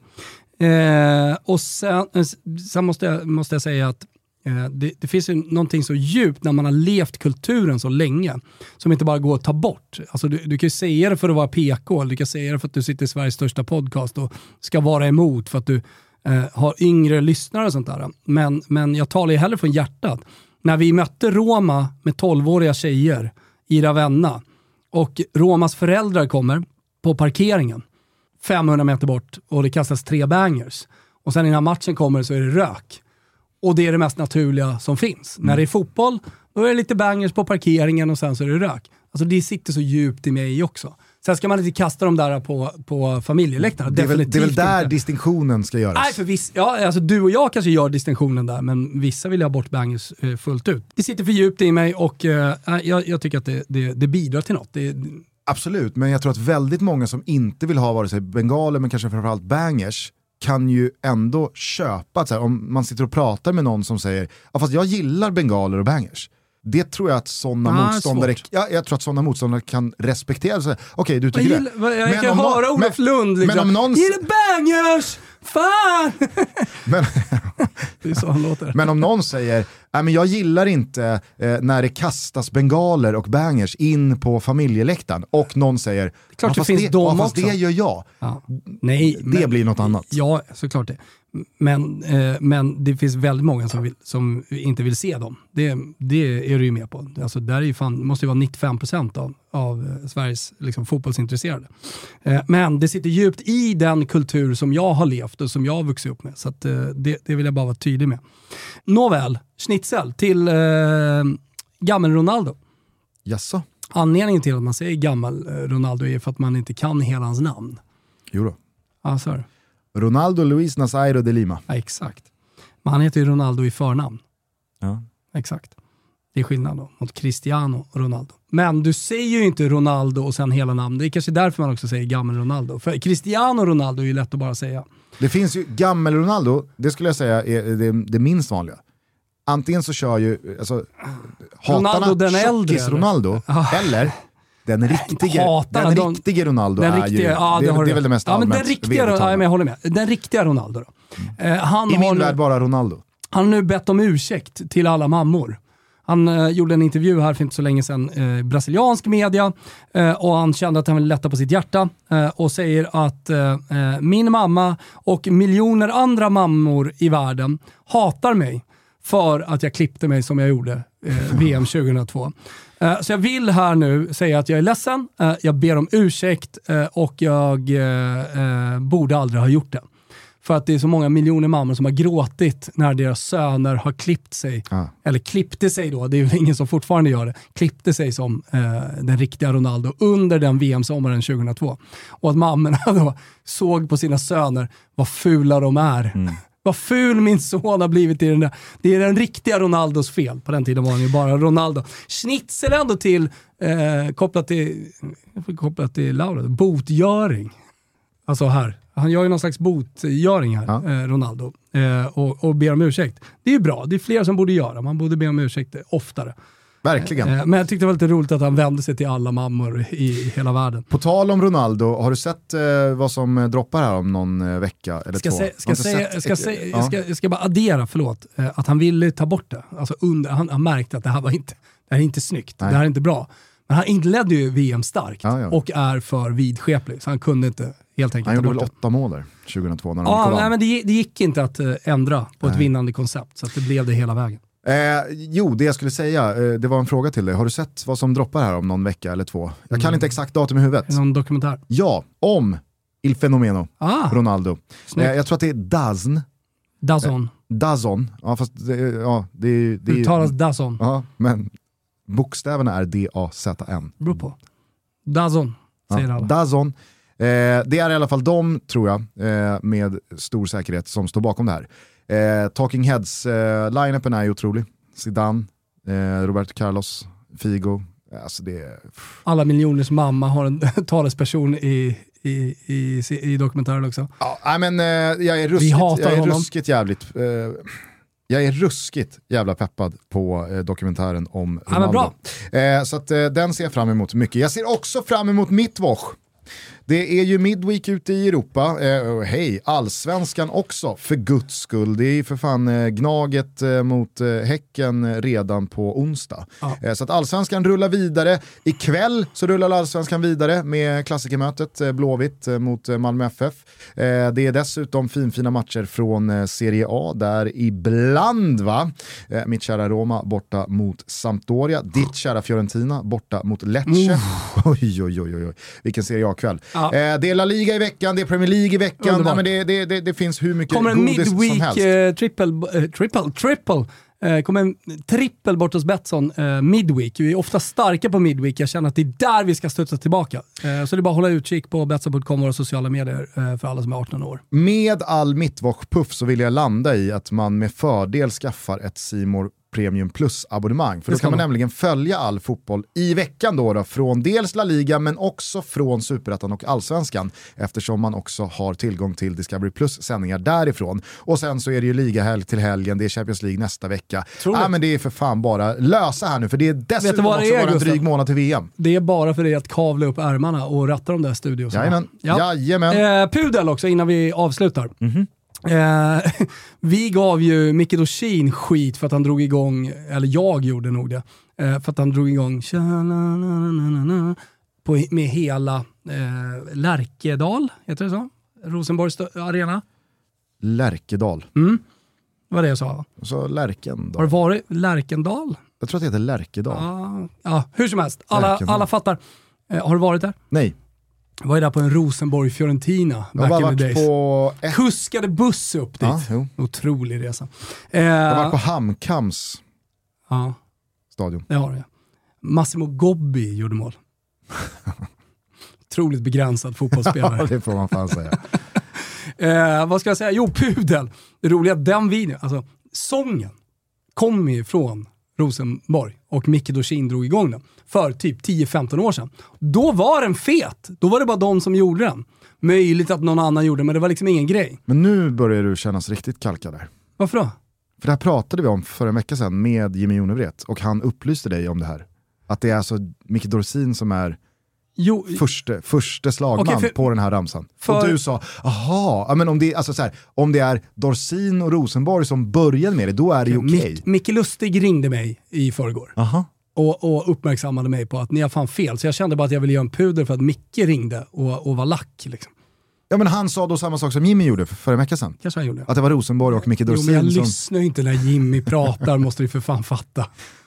jag. Och sen måste jag säga att det finns ju någonting så djupt när man har levt kulturen så länge som inte bara går att ta bort. Alltså du kan ju säga det för att vara PK, eller du kan säga det för att du sitter i Sveriges största podcast och ska vara emot för att du har yngre lyssnare och sånt där. Men jag talar ju hellre från hjärtat. När vi mötte Roma med 12-åriga tjejer i Ravenna och Romas föräldrar kommer på parkeringen 500 meter bort och det kastas 3 bangers. Och sen innan matchen kommer så är det rök. Och det är det mest naturliga som finns. När det är fotboll, då är det lite bangers på parkeringen och sen så är det rök. Alltså det sitter så djupt i mig också. Sen ska man inte kasta dem där på familjeläktarna. Det är väl där distinktionen ska göras. Nej, för alltså du och jag kanske gör distinktionen där, men vissa vill ha bort bangers fullt ut. Det sitter för djupt i mig och jag tycker att det bidrar till något. Absolut, men jag tror att väldigt många som inte vill ha vare sig bengaler men kanske framförallt bangers kan ju ändå köpa, så här, om man sitter och pratar med någon som säger fast jag gillar bengaler och bangers. Det tror jag att sådana motståndare jag tror att sådana motståndare kan respektera. Okej, du tycker det. Jag kan höra Olof Lund liksom. Men om någon gillar bangers! Fan! Det är så han låter. Men om någon säger men jag gillar inte när det kastas bengaler och bangers in på familjeläktaren och någon säger klart det finns de fast det gör jag. Ja. Nej, det blir något annat. Ja, såklart det. Men det finns väldigt många som inte vill se dem. Det är du ju med på. Alltså där är ju måste ju vara 95% av Sveriges liksom, fotbollsintresserade. Men det sitter djupt i den kultur som jag har levt och som jag har vuxit upp med. Så att, det vill jag bara vara tydlig med. Nåväl, schnitzel till gammal Ronaldo. Jaså? Anledningen till att man säger gammal Ronaldo är för att man inte kan hela hans namn. Jo då. Ja, så är det. Ronaldo Luis Nazairo de Lima. Ja, exakt. Men han heter ju Ronaldo i förnamn. Ja. Exakt. Det är skillnad då mot Cristiano Ronaldo. Men du säger ju inte Ronaldo och sen hela namn. Det är kanske därför man också säger gammal Ronaldo. För Cristiano Ronaldo är ju lätt att bara säga. Det finns ju gammal Ronaldo, det skulle jag säga är det minst vanliga. Antingen så kör ju Ronaldo den äldre Ronaldo eller den riktiga Ronaldo den är ju det är väl det mest allmänt. Men den riktiga jag håller med. Den riktiga Ronaldo då. I min värld bara Ronaldo. Han har nu bett om ursäkt till alla mammor. Han gjorde en intervju här för inte så länge sedan brasiliansk media och han kände att han ville lätta på sitt hjärta och säger att min mamma och miljoner andra mammor i världen hatar mig för att jag klippte mig som jag gjorde VM 2002. Så jag vill här nu säga att jag är ledsen, jag ber om ursäkt och jag borde aldrig ha gjort det. För att det är så många miljoner mammor som har gråtit när deras söner har klippt sig. Eller klippte sig då, det är ju ingen som fortfarande gör det. Klippte sig som den riktiga Ronaldo under den VM-sommaren 2002. Och att mammorna då såg på sina söner vad fula de är. Vad ful min son har blivit i den där. Det är den riktiga Ronaldos fel. På den tiden var han ju bara Ronaldo. Schnitzel ändå till kopplat till Laura. Botgöring. Alltså här. Han gör ju någon slags botgöring här, Ronaldo. Och ber om ursäkt. Det är ju bra. Det är fler som borde göra. Man borde be om ursäkt oftare. Verkligen. Men jag tyckte det var lite roligt att han vände sig till alla mammor i hela världen. På tal om Ronaldo, har du sett vad som droppar här om någon vecka eller två? Jag ska bara addera, att han ville ta bort det. Alltså han märkte att det här är inte snyggt. Nej. Det här är inte bra. Men han inledde ju VM starkt och är för vidskeplig. Så han kunde inte helt enkelt ta bort det. Han gjorde väl 8 mål där 2002 när de nej, men det gick inte att ändra på ett vinnande koncept. Så att det blev det hela vägen. Det jag skulle säga, det var en fråga till dig. Har du sett vad som droppar här om någon vecka eller två? Jag kan inte exakt datum i huvudet. Någon dokumentär? Ja, om Il Fenomeno Ronaldo. Jag tror att det är DAZN. Ja, fast det uttalas DAZN. Ja, men bokstäverna är D-A-Z-N. Beror på. DAZN, säger alla. DAZN. Det är i alla fall de, tror jag, med stor säkerhet som står bakom det här. Talking Heads line-upen är ju otrolig. Zidane, Roberto Carlos, Figo. Alltså alla miljoners mamma har en talesperson i dokumentären också. Ja, men jag är ruskigt jävla peppad på dokumentären om Ronaldo. Så att den ser jag fram emot mycket. Jag ser också fram emot Mittwoch. Det är ju midweek ute i Europa. Hej, allsvenskan också, för guds skull. Det är ju för fan Gnaget mot Häcken redan på onsdag. Så att allsvenskan rullar vidare. Ikväll så rullar allsvenskan vidare med klassikermötet Blåvitt mot Malmö FF. Det är dessutom finfina matcher från Serie A där ibland mitt kära Roma borta mot Sampdoria. Ditt kära Fiorentina borta mot Lecce. Oj. Vilken Serie A-kväll. Det är La Liga i veckan, det är Premier League i veckan. Nej, men det finns hur mycket godis som helst. Kommer en trippel bort hos Betsson midweek. Vi är ofta starka på midweek. Jag känner att det är där vi ska studsa tillbaka. Så det är bara att hålla utkik på Betsson.com och sociala medier för alla som är 18 år. Med all mittwoch-puff så vill jag landa i att man med fördel skaffar ett C More Premium Plus abonnemang. För då kan man nämligen följa all fotboll i veckan då från dels La Liga men också från Superettan och Allsvenskan, eftersom man också har tillgång till Discovery Plus sändningar därifrån. Och sen så är det ju ligahelg till helgen, det är Champions League nästa vecka. Men det är för fan bara lösa här nu, för det är dessutom också bara en dryg månad till VM. Det är bara för dig att kavla upp ärmarna och ratta de där studios. Jajamän. Pudel också innan vi avslutar. Vi gav ju Micke Dorsin skit för att han drog igång, eller jag gjorde nog det, för att han drog igång med hela Lärkedal, heter det så? Rosenborgs arena. Lärkedal. Det var det jag sa. Så Lärkendal. Har det varit Lärkendal? Jag tror att det heter Lärkedal. Ja, hur som helst. Alla fattar. Har du varit där? Nej. Jag var ju där på en Rosenborg-Fiorentina back in the days. På Kuskade buss upp dit. Otrolig resa. Jag var på Hamkams stadion. Det har jag. Massimo Gobbi gjorde mål. Otroligt begränsad fotbollsspelare. Ja, det får man fan säga. Vad ska jag säga? Jo, Pudel. Det roliga, den videon, alltså sången kom ju från Rosenborg och Micke Dorsin drog igång den för typ 10-15 år sedan. Då var den fet. Då var det bara de som gjorde den. Möjligt att någon annan gjorde, men det var liksom ingen grej. Men nu börjar du kännas riktigt kalkad där. Varför då? För det här pratade vi om för en vecka sedan med Jimmy Jonevret och han upplyste dig om det här. Att det är alltså Micke Dorsin som är första slagman på den här ramsan. Och du sa, men om det är Dorsin och Rosenborg som började med det, då är det ju okej. Micke Lustig ringde mig i förrgår. Och uppmärksammade mig på att ni har fan fel. Så jag kände bara att jag ville göra en puder för att Micke ringde och var lack liksom. Ja, men han sa då samma sak som Jimmy gjorde för en vecka sedan. Kanske han gjorde. Att det var Rosenborg och Micke Dorsin. Men jag lyssnar ju inte när Jimmy pratar, måste du för fan fatta.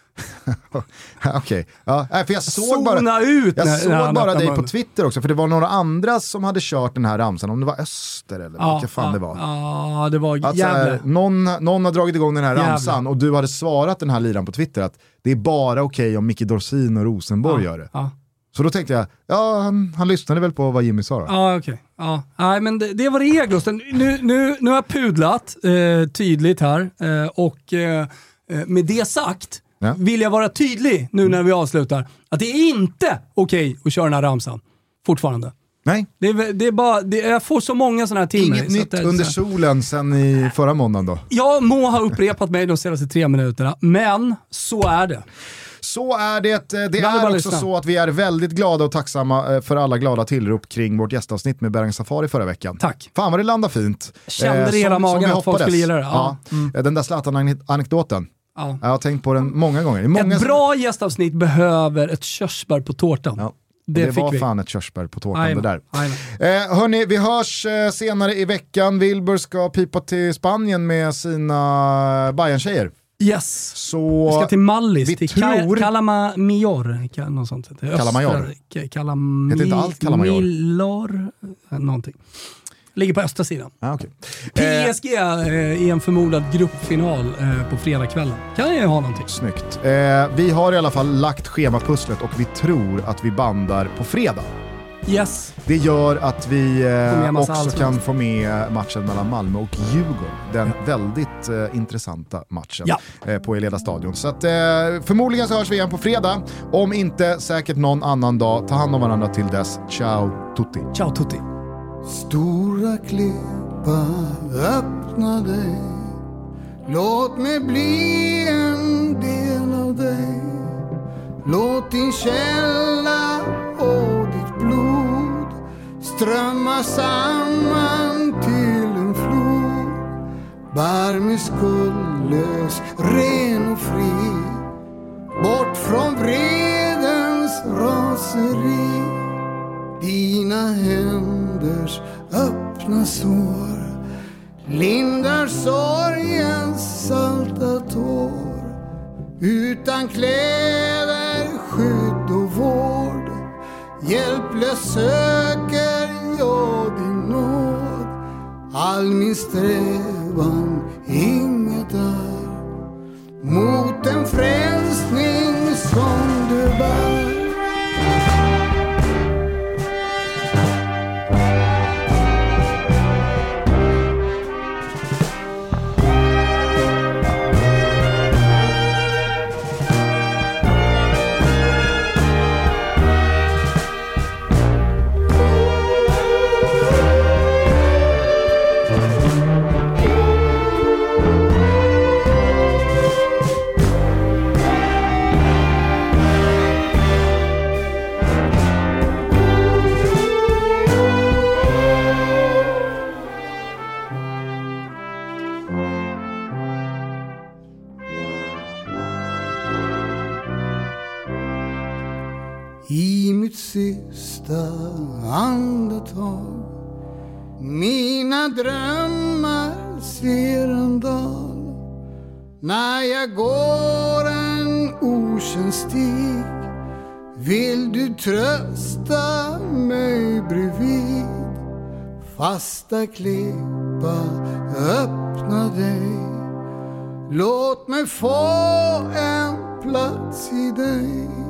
Okej. Ja, för jag såg bara dig på Twitter också, för det var några andra som hade kört den här ramsan, om det var Öster eller vilka fan det var. Ja, det var jävla. Någon har dragit igång den här ramsan och du hade svarat den här liran på Twitter att det är bara okej om Micke Dorsin och Rosenborg gör det. Så då tänkte jag, han lyssnade väl på vad Jimmy sa då. Ja, okej. Ja, nej, men det var det Eglosten. Nu har jag pudlat tydligt här och med det sagt vill jag vara tydlig nu när vi avslutar att det är inte okej att köra den här ramsan fortfarande. Nej. Det är bara, jag får så många sådana här till inget mig. Nytt under solen sen i förra måndagen då. Jag må ha upprepat mig de senaste 3 minuterna, men så är det. Så är det. Det är också så att vi är väldigt glada och tacksamma för alla glada tillrop kring vårt gästavsnitt med Bergen Safari förra veckan. Tack. Fan vad det landade fint. Kände det hela magen att folk skulle gilla det. Den där Zlatan-anekdoten. Ja. Jag har tänkt på den många gånger. Ett bra gästavsnitt behöver ett körsbär på tårtan. Ja. Det var fan ett körsbär på tårtan det där. Hörni, vi hörs senare i veckan. Wilbur ska pipa till Spanien med sina Bayern-tjejer. Yes. Så vi ska till Mallis, till Calamajor. Något sånt. Calamajor? Heter inte allt Calamajor? Milor, någonting. Ligger på östra sidan. Okay. PSG är en förmodad gruppfinal på fredagskvällen. Kan ju ha någonting. Snyggt. Vi har i alla fall lagt schemapusslet och vi tror att vi bandar på fredag. Yes. Det gör att vi också kan få med matchen mellan Malmö och Djurgården. Den väldigt intressanta matchen på Eleda stadion. Så att, förmodligen så hörs vi igen på fredag. Om inte säkert någon annan dag. Ta hand om varandra till dess. Ciao tutti. Ciao tutti. Stora klippa, öppna dig. Låt mig bli en del av dig. Låt din källa och ditt blod strömma samman till en flod. Bär mig skuldlös, ren och fri, bort från vredens raseri. Dina händers öppna sår lindar sorgens salta tår. Utan kläder, skydd och vård, hjälplös söker jag din nåd. All min strävan, inget är mot en frälsning som du bär. I mitt sista andetag mina drömmar ser en dal. När jag går en okänd stig vill du trösta mig bredvid. Fasta klippa, öppna dig. Låt mig få en plats i dig.